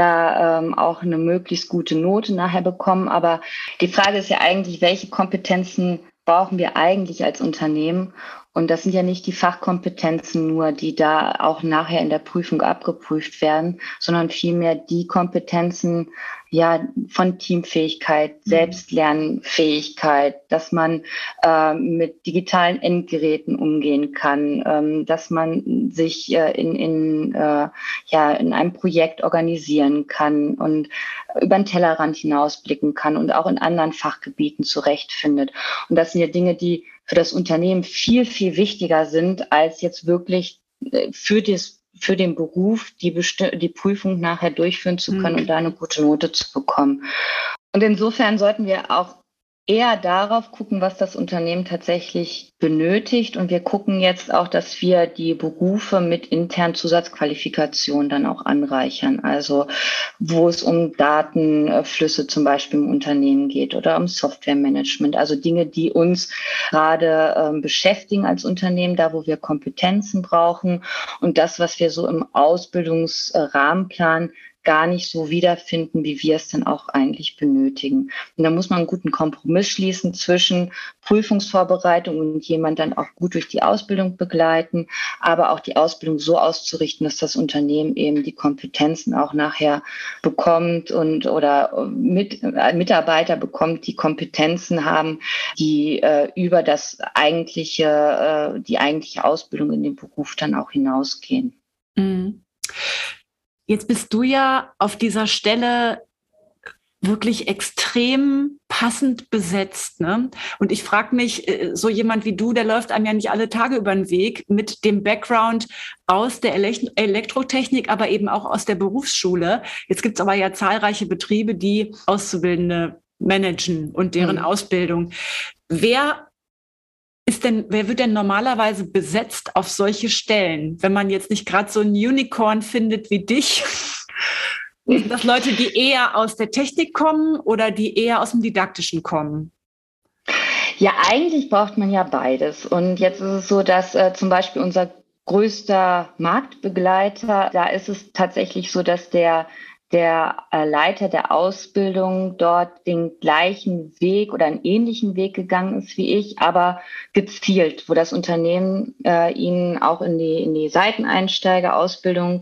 da auch eine möglichst gute Note nachher bekommen. Aber die Frage ist ja eigentlich, welche Kompetenzen brauchen wir eigentlich als Unternehmen? Und das sind ja nicht die Fachkompetenzen nur, die da auch nachher in der Prüfung abgeprüft werden, sondern vielmehr die Kompetenzen von Teamfähigkeit, Selbstlernfähigkeit, dass man mit digitalen Endgeräten umgehen kann, dass man sich in einem Projekt organisieren kann und über den Tellerrand hinausblicken kann und auch in anderen Fachgebieten zurechtfindet. Und das sind ja Dinge, die für das Unternehmen viel, viel wichtiger sind, als jetzt wirklich für den Beruf die Prüfung nachher durchführen zu können und da eine gute Note zu bekommen. Und insofern sollten wir auch eher darauf gucken, was das Unternehmen tatsächlich benötigt. Und wir gucken jetzt auch, dass wir die Berufe mit internen Zusatzqualifikationen dann auch anreichern. Also wo es um Datenflüsse zum Beispiel im Unternehmen geht oder um Softwaremanagement. Also Dinge, die uns gerade beschäftigen als Unternehmen, da wo wir Kompetenzen brauchen. Und das, was wir so im Ausbildungsrahmenplan gar nicht so wiederfinden, wie wir es dann auch eigentlich benötigen. Und da muss man einen guten Kompromiss schließen zwischen Prüfungsvorbereitung und jemand dann auch gut durch die Ausbildung begleiten, aber auch die Ausbildung so auszurichten, dass das Unternehmen eben die Kompetenzen auch nachher bekommt oder Mitarbeiter bekommt, die Kompetenzen haben, die über die eigentliche Ausbildung in den Beruf dann auch hinausgehen. Mhm. Jetzt bist du ja auf dieser Stelle wirklich extrem passend besetzt, ne? Und ich frage mich, so jemand wie du, der läuft einem ja nicht alle Tage über den Weg mit dem Background aus der Elektrotechnik, aber eben auch aus der Berufsschule. Jetzt gibt es aber ja zahlreiche Betriebe, die Auszubildende managen und deren Ausbildung. Wer wird denn normalerweise besetzt auf solche Stellen, wenn man jetzt nicht gerade so ein Unicorn findet wie dich? Sind das Leute, die eher aus der Technik kommen oder die eher aus dem Didaktischen kommen? Ja, eigentlich braucht man ja beides. Und jetzt ist es so, dass zum Beispiel unser größter Marktbegleiter, da ist es tatsächlich so, dass der Leiter der Ausbildung dort den gleichen Weg oder einen ähnlichen Weg gegangen ist wie ich, aber gezielt, wo das Unternehmen ihn auch in die Seiteneinsteigerausbildung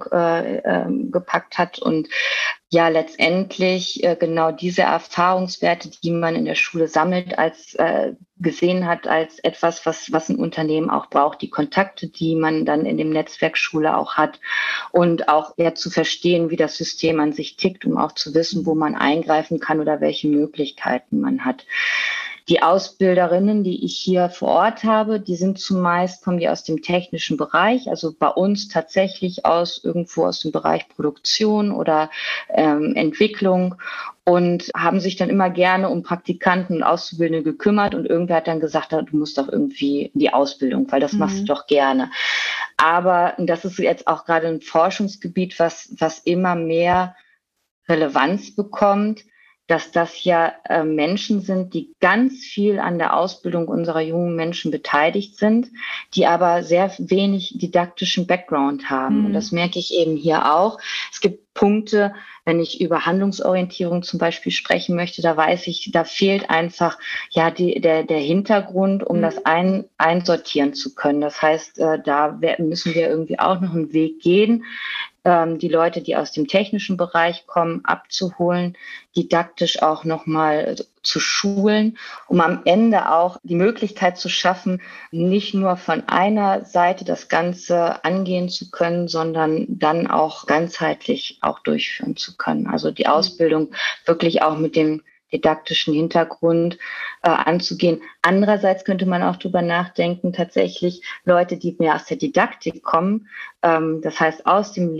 gepackt hat und ja letztendlich genau diese Erfahrungswerte, die man in der Schule sammelt, als gesehen hat als etwas, was ein Unternehmen auch braucht, die Kontakte, die man dann in dem Netzwerk Schule auch hat und auch ja zu verstehen, wie das System an sich tickt, um auch zu wissen, wo man eingreifen kann oder welche Möglichkeiten man hat. Die Ausbilderinnen, die ich hier vor Ort habe, die sind zumeist, kommen die aus dem technischen Bereich, also bei uns tatsächlich irgendwo aus dem Bereich Produktion oder Entwicklung und haben sich dann immer gerne um Praktikanten und Auszubildende gekümmert und irgendwer hat dann gesagt, du musst doch irgendwie in die Ausbildung, weil das machst du doch gerne. Aber das ist jetzt auch gerade ein Forschungsgebiet, was immer mehr Relevanz bekommt, dass das ja Menschen sind, die ganz viel an der Ausbildung unserer jungen Menschen beteiligt sind, die aber sehr wenig didaktischen Background haben. Und das merke ich eben hier auch. Es gibt Punkte, wenn ich über Handlungsorientierung zum Beispiel sprechen möchte, da weiß ich, da fehlt einfach ja der Hintergrund, um das einsortieren zu können. Das heißt, da müssen wir irgendwie auch noch einen Weg gehen, die Leute, die aus dem technischen Bereich kommen, abzuholen, didaktisch auch nochmal zu schulen, um am Ende auch die Möglichkeit zu schaffen, nicht nur von einer Seite das Ganze angehen zu können, sondern dann auch ganzheitlich auch durchführen zu können. Also die Ausbildung wirklich auch mit dem didaktischen Hintergrund anzugehen. Andererseits könnte man auch drüber nachdenken, tatsächlich Leute, die mehr aus der Didaktik kommen, das heißt aus dem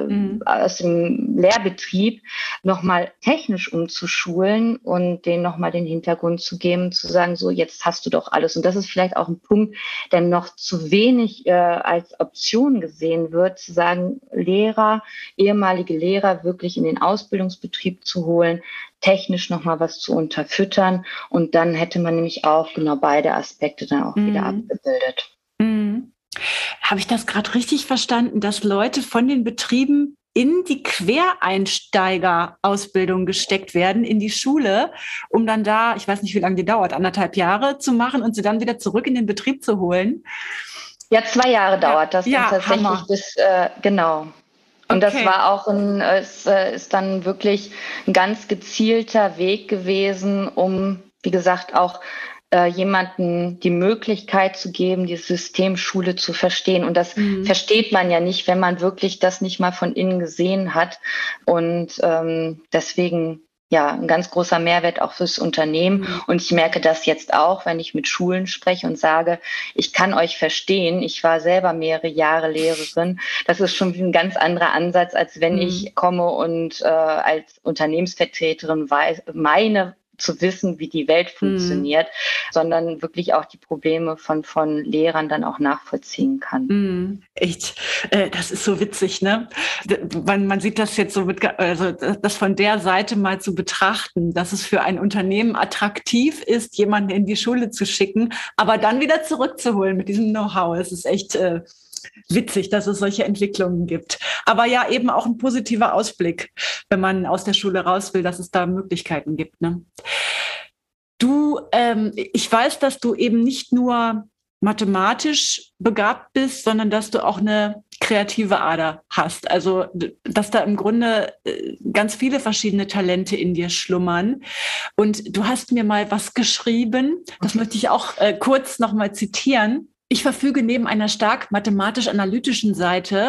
Lehrbetrieb nochmal technisch umzuschulen und denen nochmal den Hintergrund zu geben, zu sagen, so jetzt hast du doch alles. Und das ist vielleicht auch ein Punkt, der noch zu wenig als Option gesehen wird, zu sagen, ehemalige Lehrer wirklich in den Ausbildungsbetrieb zu holen, technisch nochmal was zu unterfüttern und dann hätte man nämlich auch genau beide Aspekte dann auch wieder abgebildet. Habe ich das gerade richtig verstanden, dass Leute von den Betrieben in die Quereinsteigerausbildung gesteckt werden, in die Schule, um dann da, ich weiß nicht, wie lange die dauert, 1,5 Jahre zu machen und sie dann wieder zurück in den Betrieb zu holen? Ja, 2 Jahre dauert das dann tatsächlich Hammer. Genau. Und das war auch es ist dann wirklich ein ganz gezielter Weg gewesen, um, wie gesagt, auch jemanden die Möglichkeit zu geben, dieses System Schule zu verstehen. Und das versteht man ja nicht, wenn man wirklich das nicht mal von innen gesehen hat. Und deswegen ja, ein ganz großer Mehrwert auch fürs Unternehmen. Und ich merke das jetzt auch, wenn ich mit Schulen spreche und sage, ich kann euch verstehen. Ich war selber mehrere Jahre Lehrerin. Das ist schon ein ganz anderer Ansatz, als wenn ich komme und als Unternehmensvertreterin meine zu wissen, wie die Welt funktioniert, sondern wirklich auch die Probleme von Lehrern dann auch nachvollziehen kann. Echt, das ist so witzig, ne? Man sieht das jetzt so, also das von der Seite mal zu betrachten, dass es für ein Unternehmen attraktiv ist, jemanden in die Schule zu schicken, aber dann wieder zurückzuholen mit diesem Know-how. Es ist echt witzig, dass es solche Entwicklungen gibt. Aber ja, eben auch ein positiver Ausblick, wenn man aus der Schule raus will, dass es da Möglichkeiten gibt. Ne? Ich weiß, dass du eben nicht nur mathematisch begabt bist, sondern dass du auch eine kreative Ader hast. Also, dass da im Grunde ganz viele verschiedene Talente in dir schlummern. Und du hast mir mal was geschrieben, das möchte ich auch kurz nochmal zitieren. Ich verfüge neben einer stark mathematisch-analytischen Seite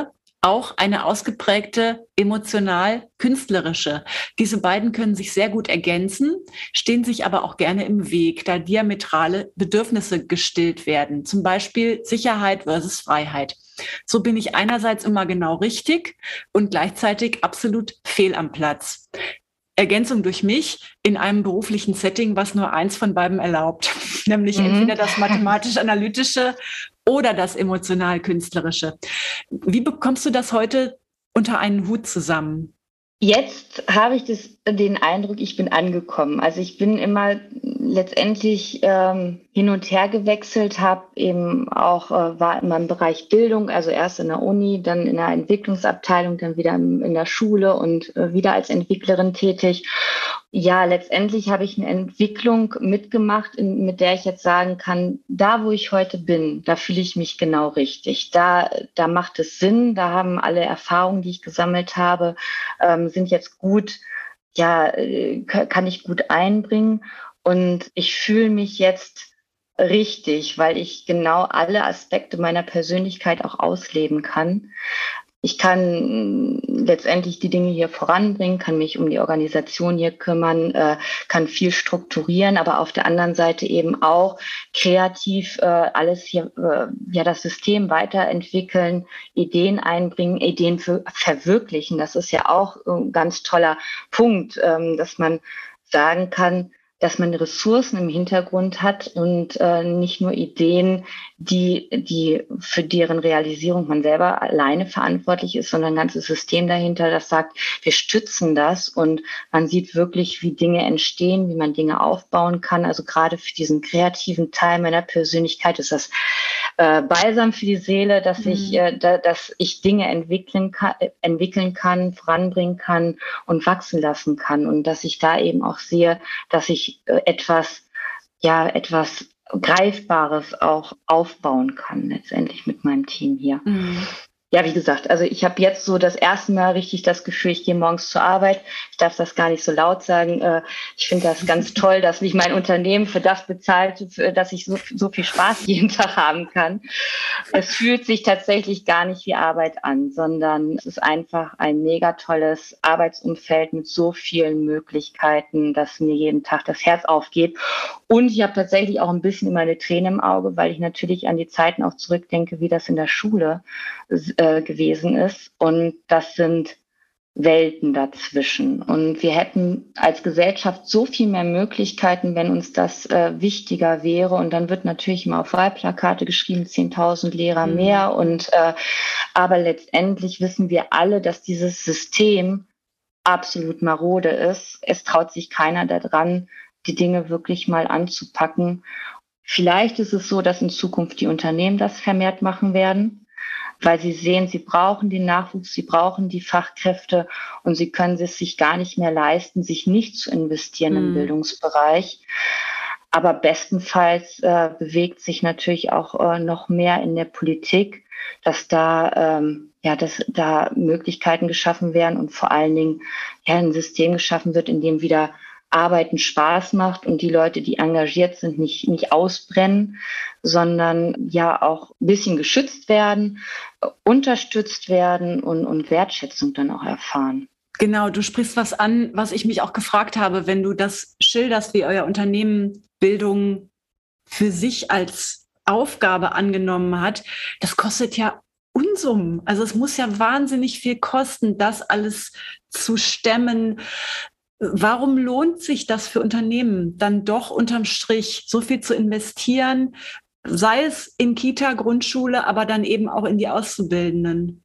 auch eine ausgeprägte emotional-künstlerische. Diese beiden können sich sehr gut ergänzen, stehen sich aber auch gerne im Weg, da diametrale Bedürfnisse gestillt werden. Zum Beispiel Sicherheit versus Freiheit. So bin ich einerseits immer genau richtig und gleichzeitig absolut fehl am Platz. Ergänzung durch mich in einem beruflichen Setting, was nur eins von beiden erlaubt, nämlich entweder das mathematisch-analytische oder das emotional-künstlerische. Wie bekommst du das heute unter einen Hut zusammen? Jetzt habe ich den Eindruck, ich bin angekommen. Also ich bin immer letztendlich hin und her gewechselt, habe eben auch, war immer im Bereich Bildung, also erst in der Uni, dann in der Entwicklungsabteilung, dann wieder in der Schule und wieder als Entwicklerin tätig. Ja, letztendlich habe ich eine Entwicklung mitgemacht, mit der ich jetzt sagen kann, da wo ich heute bin, da fühle ich mich genau richtig. Da macht es Sinn, da haben alle Erfahrungen, die ich gesammelt habe, sind jetzt gut, ja, kann ich gut einbringen. Und ich fühle mich jetzt richtig, weil ich genau alle Aspekte meiner Persönlichkeit auch ausleben kann. Ich kann letztendlich die Dinge hier voranbringen, kann mich um die Organisation hier kümmern, kann viel strukturieren, aber auf der anderen Seite eben auch kreativ alles hier, ja, das System weiterentwickeln, Ideen einbringen, Ideen verwirklichen. Das ist ja auch ein ganz toller Punkt, dass man sagen kann, dass man Ressourcen im Hintergrund hat und nicht nur Ideen, die für deren Realisierung man selber alleine verantwortlich ist, sondern ein ganzes System dahinter, das sagt, wir stützen das und man sieht wirklich, wie Dinge entstehen, wie man Dinge aufbauen kann. Also gerade für diesen kreativen Teil meiner Persönlichkeit ist das Balsam für die Seele, dass ich Dinge entwickeln kann, voranbringen kann und wachsen lassen kann und dass ich da eben auch sehe, dass ich etwas Greifbares auch aufbauen kann, letztendlich mit meinem Team hier. Ja, wie gesagt, also ich habe jetzt so das erste Mal richtig das Gefühl, ich gehe morgens zur Arbeit. Ich darf das gar nicht so laut sagen. Ich finde das ganz toll, dass mich mein Unternehmen für das bezahlt, dass ich so viel Spaß jeden Tag haben kann. Es fühlt sich tatsächlich gar nicht wie Arbeit an, sondern es ist einfach ein mega tolles Arbeitsumfeld mit so vielen Möglichkeiten, dass mir jeden Tag das Herz aufgeht. Und ich habe tatsächlich auch ein bisschen immer eine Träne im Auge, weil ich natürlich an die Zeiten auch zurückdenke, wie das in der Schule gewesen ist. Und das sind Welten dazwischen. Und wir hätten als Gesellschaft so viel mehr Möglichkeiten, wenn uns das wichtiger wäre. Und dann wird natürlich immer auf Wahlplakate geschrieben, 10.000 Lehrer mehr. Und aber letztendlich wissen wir alle, dass dieses System absolut marode ist. Es traut sich keiner daran, die Dinge wirklich mal anzupacken. Vielleicht ist es so, dass in Zukunft die Unternehmen das vermehrt machen werden, weil sie sehen, sie brauchen den Nachwuchs, sie brauchen die Fachkräfte und sie können es sich gar nicht mehr leisten, sich nicht zu investieren im Bildungsbereich. Aber bestenfalls bewegt sich natürlich auch noch mehr in der Politik, dass da Möglichkeiten geschaffen werden und vor allen Dingen ein System geschaffen wird, in dem wieder Arbeiten Spaß macht und die Leute, die engagiert sind, nicht ausbrennen, sondern ja auch ein bisschen geschützt werden, unterstützt werden und Wertschätzung dann auch erfahren. Genau, du sprichst was an, was ich mich auch gefragt habe, wenn du das schilderst, wie euer Unternehmen Bildung für sich als Aufgabe angenommen hat. Das kostet ja Unsummen. Also es muss ja wahnsinnig viel kosten, das alles zu stemmen. Warum lohnt sich das für Unternehmen dann doch unterm Strich so viel zu investieren, sei es in Kita, Grundschule, aber dann eben auch in die Auszubildenden?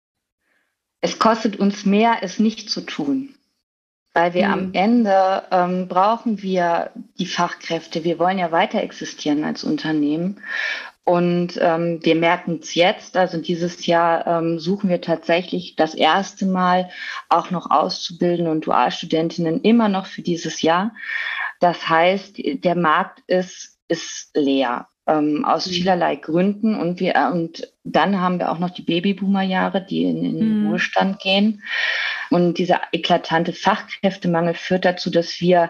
Es kostet uns mehr, es nicht zu tun, weil wir am Ende brauchen wir die Fachkräfte. Wir wollen ja weiter existieren als Unternehmen. Und wir merken es jetzt, also dieses Jahr suchen wir tatsächlich das erste Mal auch noch Auszubildende und Dualstudentinnen immer noch für dieses Jahr. Das heißt, der Markt ist leer. Aus vielerlei Gründen und dann haben wir auch noch die Babyboomer-Jahre, die in den Ruhestand gehen und dieser eklatante Fachkräftemangel führt dazu, dass wir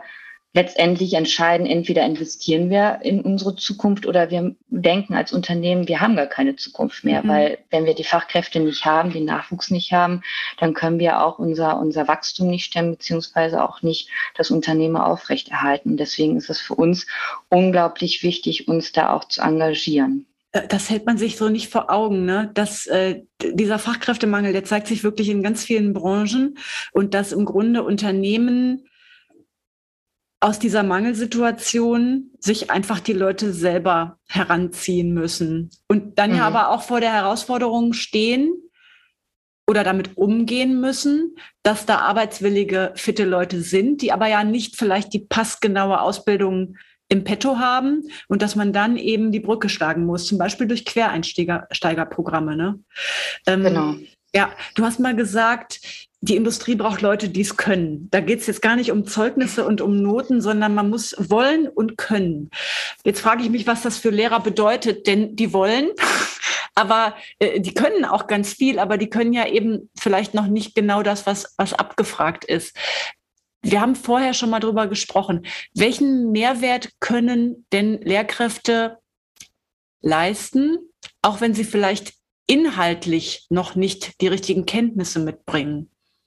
letztendlich entscheiden, entweder investieren wir in unsere Zukunft oder wir denken als Unternehmen, wir haben gar keine Zukunft mehr, weil wenn wir die Fachkräfte nicht haben, den Nachwuchs nicht haben, dann können wir auch unser Wachstum nicht stemmen, beziehungsweise auch nicht das Unternehmen aufrechterhalten. Deswegen ist es für uns unglaublich wichtig, uns da auch zu engagieren. Das hält man sich so nicht vor Augen, ne? Dass dieser Fachkräftemangel, der zeigt sich wirklich in ganz vielen Branchen und dass im Grunde Unternehmen aus dieser Mangelsituation sich einfach die Leute selber heranziehen müssen und dann ja aber auch vor der Herausforderung stehen oder damit umgehen müssen, dass da arbeitswillige, fitte Leute sind, die aber ja nicht vielleicht die passgenaue Ausbildung im Petto haben und dass man dann eben die Brücke schlagen muss, zum Beispiel durch Quereinsteigerprogramme. Ne? Genau. Ja, du hast mal gesagt, die Industrie braucht Leute, die es können. Da geht es jetzt gar nicht um Zeugnisse und um Noten, sondern man muss wollen und können. Jetzt frage ich mich, was das für Lehrer bedeutet, denn die wollen, aber die können auch ganz viel, aber die können ja eben vielleicht noch nicht genau das, was abgefragt ist. Wir haben vorher schon mal drüber gesprochen. Welchen Mehrwert können denn Lehrkräfte leisten, auch wenn sie vielleicht inhaltlich noch nicht die richtigen Kenntnisse mitbringen?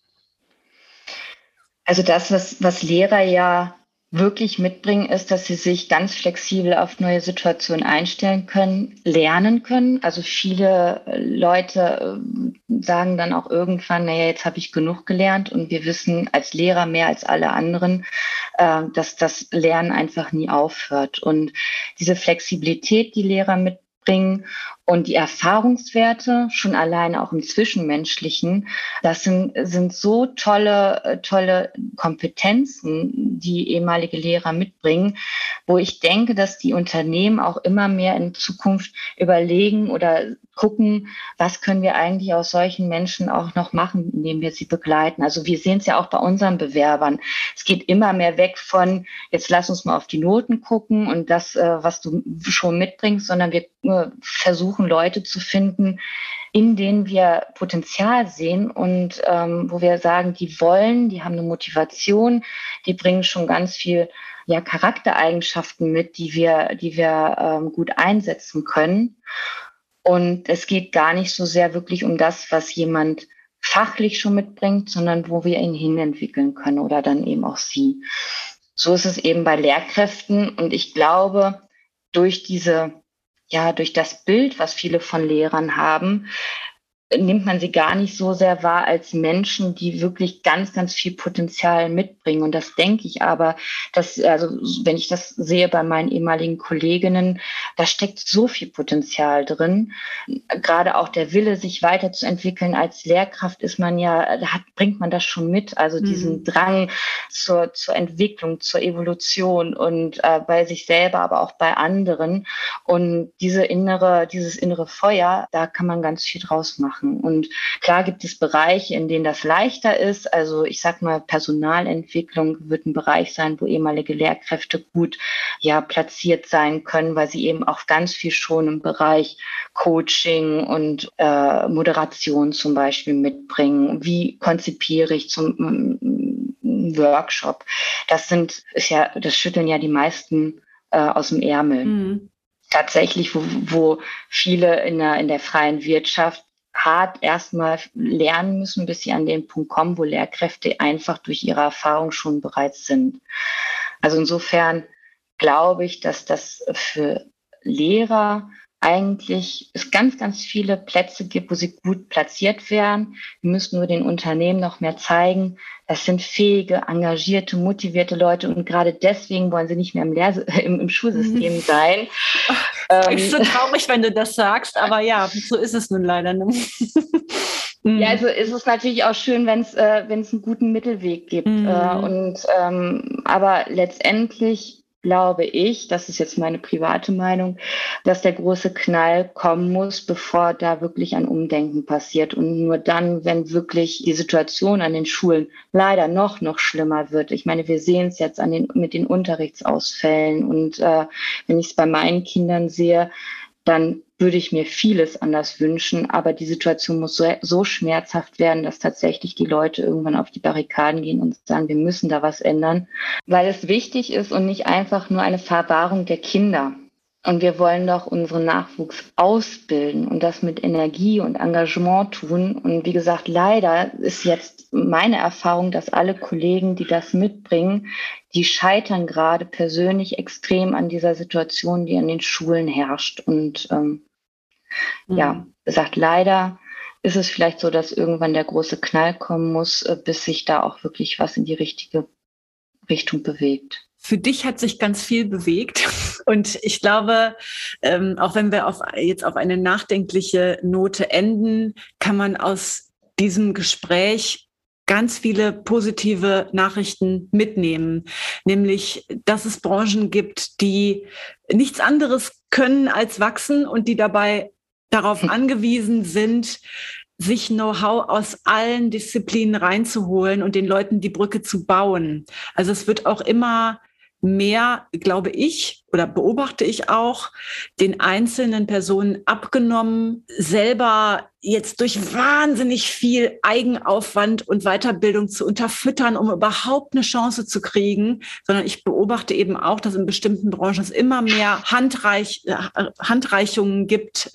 Also das, was Lehrer ja wirklich mitbringen, ist, dass sie sich ganz flexibel auf neue Situationen einstellen können, lernen können. Also viele Leute sagen dann auch irgendwann, naja, jetzt habe ich genug gelernt, und wir wissen als Lehrer mehr als alle anderen, dass das Lernen einfach nie aufhört. Und diese Flexibilität, die Lehrer mitbringen, und die Erfahrungswerte, schon alleine auch im Zwischenmenschlichen, das sind so tolle Kompetenzen, die ehemalige Lehrer mitbringen, wo ich denke, dass die Unternehmen auch immer mehr in Zukunft überlegen oder gucken, was können wir eigentlich aus solchen Menschen auch noch machen, indem wir sie begleiten. Also wir sehen es ja auch bei unseren Bewerbern. Es geht immer mehr weg von, jetzt lass uns mal auf die Noten gucken und das, was du schon mitbringst, sondern wir versuchen, Leute zu finden, in denen wir Potenzial sehen und wo wir sagen, die wollen, die haben eine Motivation, die bringen schon ganz viel Charaktereigenschaften mit, die wir gut einsetzen können. Und es geht gar nicht so sehr wirklich um das, was jemand fachlich schon mitbringt, sondern wo wir ihn hinentwickeln können oder dann eben auch sie. So ist es eben bei Lehrkräften, und ich glaube, durch das Bild, was viele von Lehrern haben, nimmt man sie gar nicht so sehr wahr als Menschen, die wirklich ganz, ganz viel Potenzial mitbringen. Und das denke ich aber, wenn ich das sehe bei meinen ehemaligen Kolleginnen, da steckt so viel Potenzial drin. Gerade auch der Wille, sich weiterzuentwickeln als Lehrkraft bringt man das schon mit. Also diesen Drang zur Entwicklung, zur Evolution und bei sich selber, aber auch bei anderen. Und dieses innere Feuer, da kann man ganz viel draus machen. Und klar gibt es Bereiche, in denen das leichter ist. Also ich sag mal, Personalentwicklung wird ein Bereich sein, wo ehemalige Lehrkräfte gut platziert sein können, weil sie eben auch ganz viel schon im Bereich Coaching und Moderation zum Beispiel mitbringen. Wie konzipiere ich zum Workshop? Das schütteln ja die meisten aus dem Ärmel. Tatsächlich, wo viele in der freien Wirtschaft hart erstmal lernen müssen, bis sie an den Punkt kommen, wo Lehrkräfte einfach durch ihre Erfahrung schon bereits sind. Also insofern glaube ich, dass das für Lehrer eigentlich es ganz, ganz viele Plätze gibt, wo sie gut platziert werden. Wir müssen nur den Unternehmen noch mehr zeigen, das sind fähige, engagierte, motivierte Leute, und gerade deswegen wollen sie nicht mehr im Schulsystem sein. Ist so traurig, wenn du das sagst, aber ja, so ist es nun leider. Ne? Ja, also ist es natürlich auch schön, wenn es einen guten Mittelweg gibt. Aber letztendlich glaube ich, das ist jetzt meine private Meinung, dass der große Knall kommen muss, bevor da wirklich ein Umdenken passiert. Und nur dann, wenn wirklich die Situation an den Schulen leider noch schlimmer wird. Ich meine, wir sehen es jetzt mit den Unterrichtsausfällen. Und wenn ich es bei meinen Kindern sehe, dann würde ich mir vieles anders wünschen, aber die Situation muss so schmerzhaft werden, dass tatsächlich die Leute irgendwann auf die Barrikaden gehen und sagen, wir müssen da was ändern, weil es wichtig ist und nicht einfach nur eine Verwahrung der Kinder. Und wir wollen doch unseren Nachwuchs ausbilden und das mit Energie und Engagement tun. Und wie gesagt, leider ist jetzt meine Erfahrung, dass alle Kollegen, die das mitbringen, die scheitern gerade persönlich extrem an dieser Situation, die an den Schulen herrscht. Und ja, wie gesagt, leider ist es vielleicht so, dass irgendwann der große Knall kommen muss, bis sich da auch wirklich was in die richtige Richtung bewegt. Für dich hat sich ganz viel bewegt und ich glaube, auch wenn wir jetzt auf eine nachdenkliche Note enden, kann man aus diesem Gespräch ganz viele positive Nachrichten mitnehmen, nämlich, dass es Branchen gibt, die nichts anderes können als wachsen und die dabei darauf angewiesen sind, sich Know-how aus allen Disziplinen reinzuholen und den Leuten die Brücke zu bauen. Also es wird auch immer mehr, glaube ich, oder beobachte ich auch, den einzelnen Personen abgenommen, selber jetzt durch wahnsinnig viel Eigenaufwand und Weiterbildung zu unterfüttern, um überhaupt eine Chance zu kriegen, sondern ich beobachte eben auch, dass in bestimmten Branchen es immer mehr Handreichungen gibt,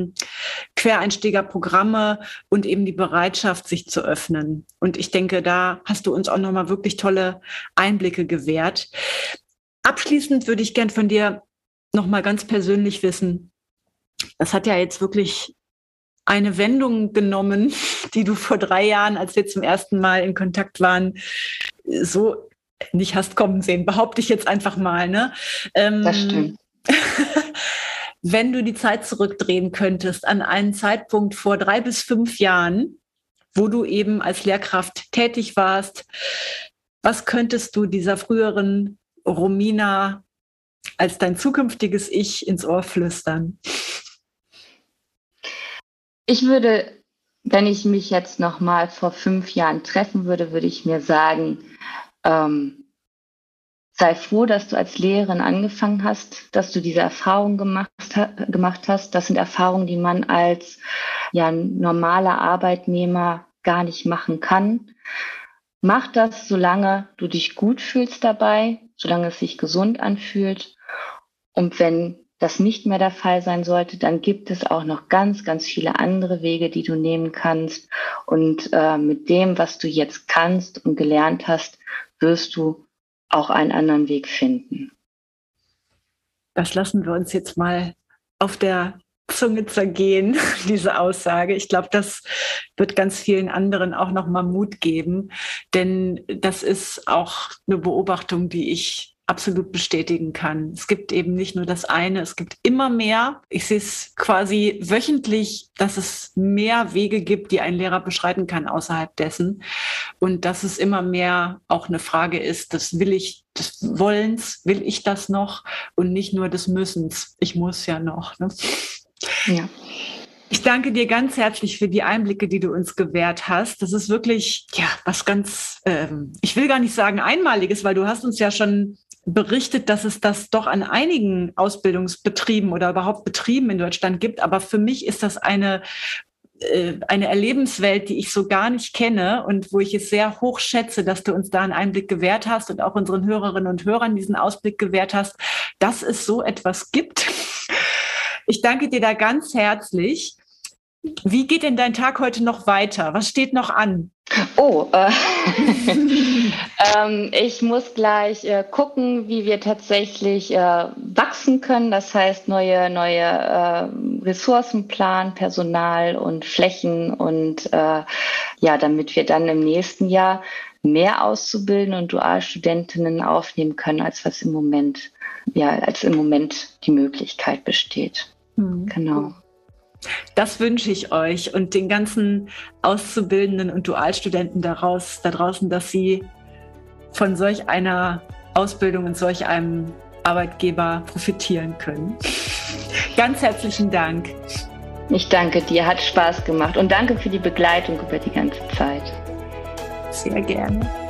Quereinsteigerprogramme und eben die Bereitschaft, sich zu öffnen. Und ich denke, da hast du uns auch nochmal wirklich tolle Einblicke gewährt. Abschließend würde ich gern von dir nochmal ganz persönlich wissen, das hat ja jetzt wirklich eine Wendung genommen, die du vor 3 Jahren, als wir zum ersten Mal in Kontakt waren, so nicht hast kommen sehen, behaupte ich jetzt einfach mal. Ne? Das stimmt. Wenn du die Zeit zurückdrehen könntest an einen Zeitpunkt vor 3 bis 5 Jahren, wo du eben als Lehrkraft tätig warst, was könntest du dieser früheren Romina als dein zukünftiges Ich ins Ohr flüstern? Ich würde, wenn ich mich jetzt noch mal vor 5 Jahren treffen würde, würde ich mir sagen, sei froh, dass du als Lehrerin angefangen hast, dass du diese Erfahrung gemacht hast. Das sind Erfahrungen, die man als normaler Arbeitnehmer gar nicht machen kann. Mach das, solange du dich gut fühlst dabei, solange es sich gesund anfühlt. Und wenn das nicht mehr der Fall sein sollte, dann gibt es auch noch ganz, ganz viele andere Wege, die du nehmen kannst. Und mit dem, was du jetzt kannst und gelernt hast, wirst du auch einen anderen Weg finden. Das lassen wir uns jetzt mal auf der Zunge zergehen, diese Aussage. Ich glaube, das wird ganz vielen anderen auch nochmal Mut geben, denn das ist auch eine Beobachtung, die ich absolut bestätigen kann. Es gibt eben nicht nur das eine, es gibt immer mehr. Ich sehe es quasi wöchentlich, dass es mehr Wege gibt, die ein Lehrer beschreiten kann außerhalb dessen. Und dass es immer mehr auch eine Frage ist, des Wollens, will ich das noch? Und nicht nur des Müssens. Ich muss ja noch. Ne? Ja. Ich danke dir ganz herzlich für die Einblicke, die du uns gewährt hast. Das ist wirklich, was ganz, ich will gar nicht sagen Einmaliges, weil du hast uns ja schon berichtet, dass es das doch an einigen Ausbildungsbetrieben oder überhaupt Betrieben in Deutschland gibt. Aber für mich ist das eine Erlebenswelt, die ich so gar nicht kenne und wo ich es sehr hoch schätze, dass du uns da einen Einblick gewährt hast und auch unseren Hörerinnen und Hörern diesen Ausblick gewährt hast, dass es so etwas gibt. Ich danke dir da ganz herzlich. Wie geht denn dein Tag heute noch weiter? Was steht noch an? Ich muss gleich gucken, wie wir tatsächlich wachsen können. Das heißt, neue Ressourcen planen, Personal und Flächen und damit wir dann im nächsten Jahr mehr Auszubildende und Dualstudentinnen aufnehmen können, als im Moment die Möglichkeit besteht. Genau. Das wünsche ich euch und den ganzen Auszubildenden und Dualstudenten da draußen, dass sie von solch einer Ausbildung und solch einem Arbeitgeber profitieren können. Ganz herzlichen Dank. Ich danke dir, hat Spaß gemacht und danke für die Begleitung über die ganze Zeit. Sehr gerne.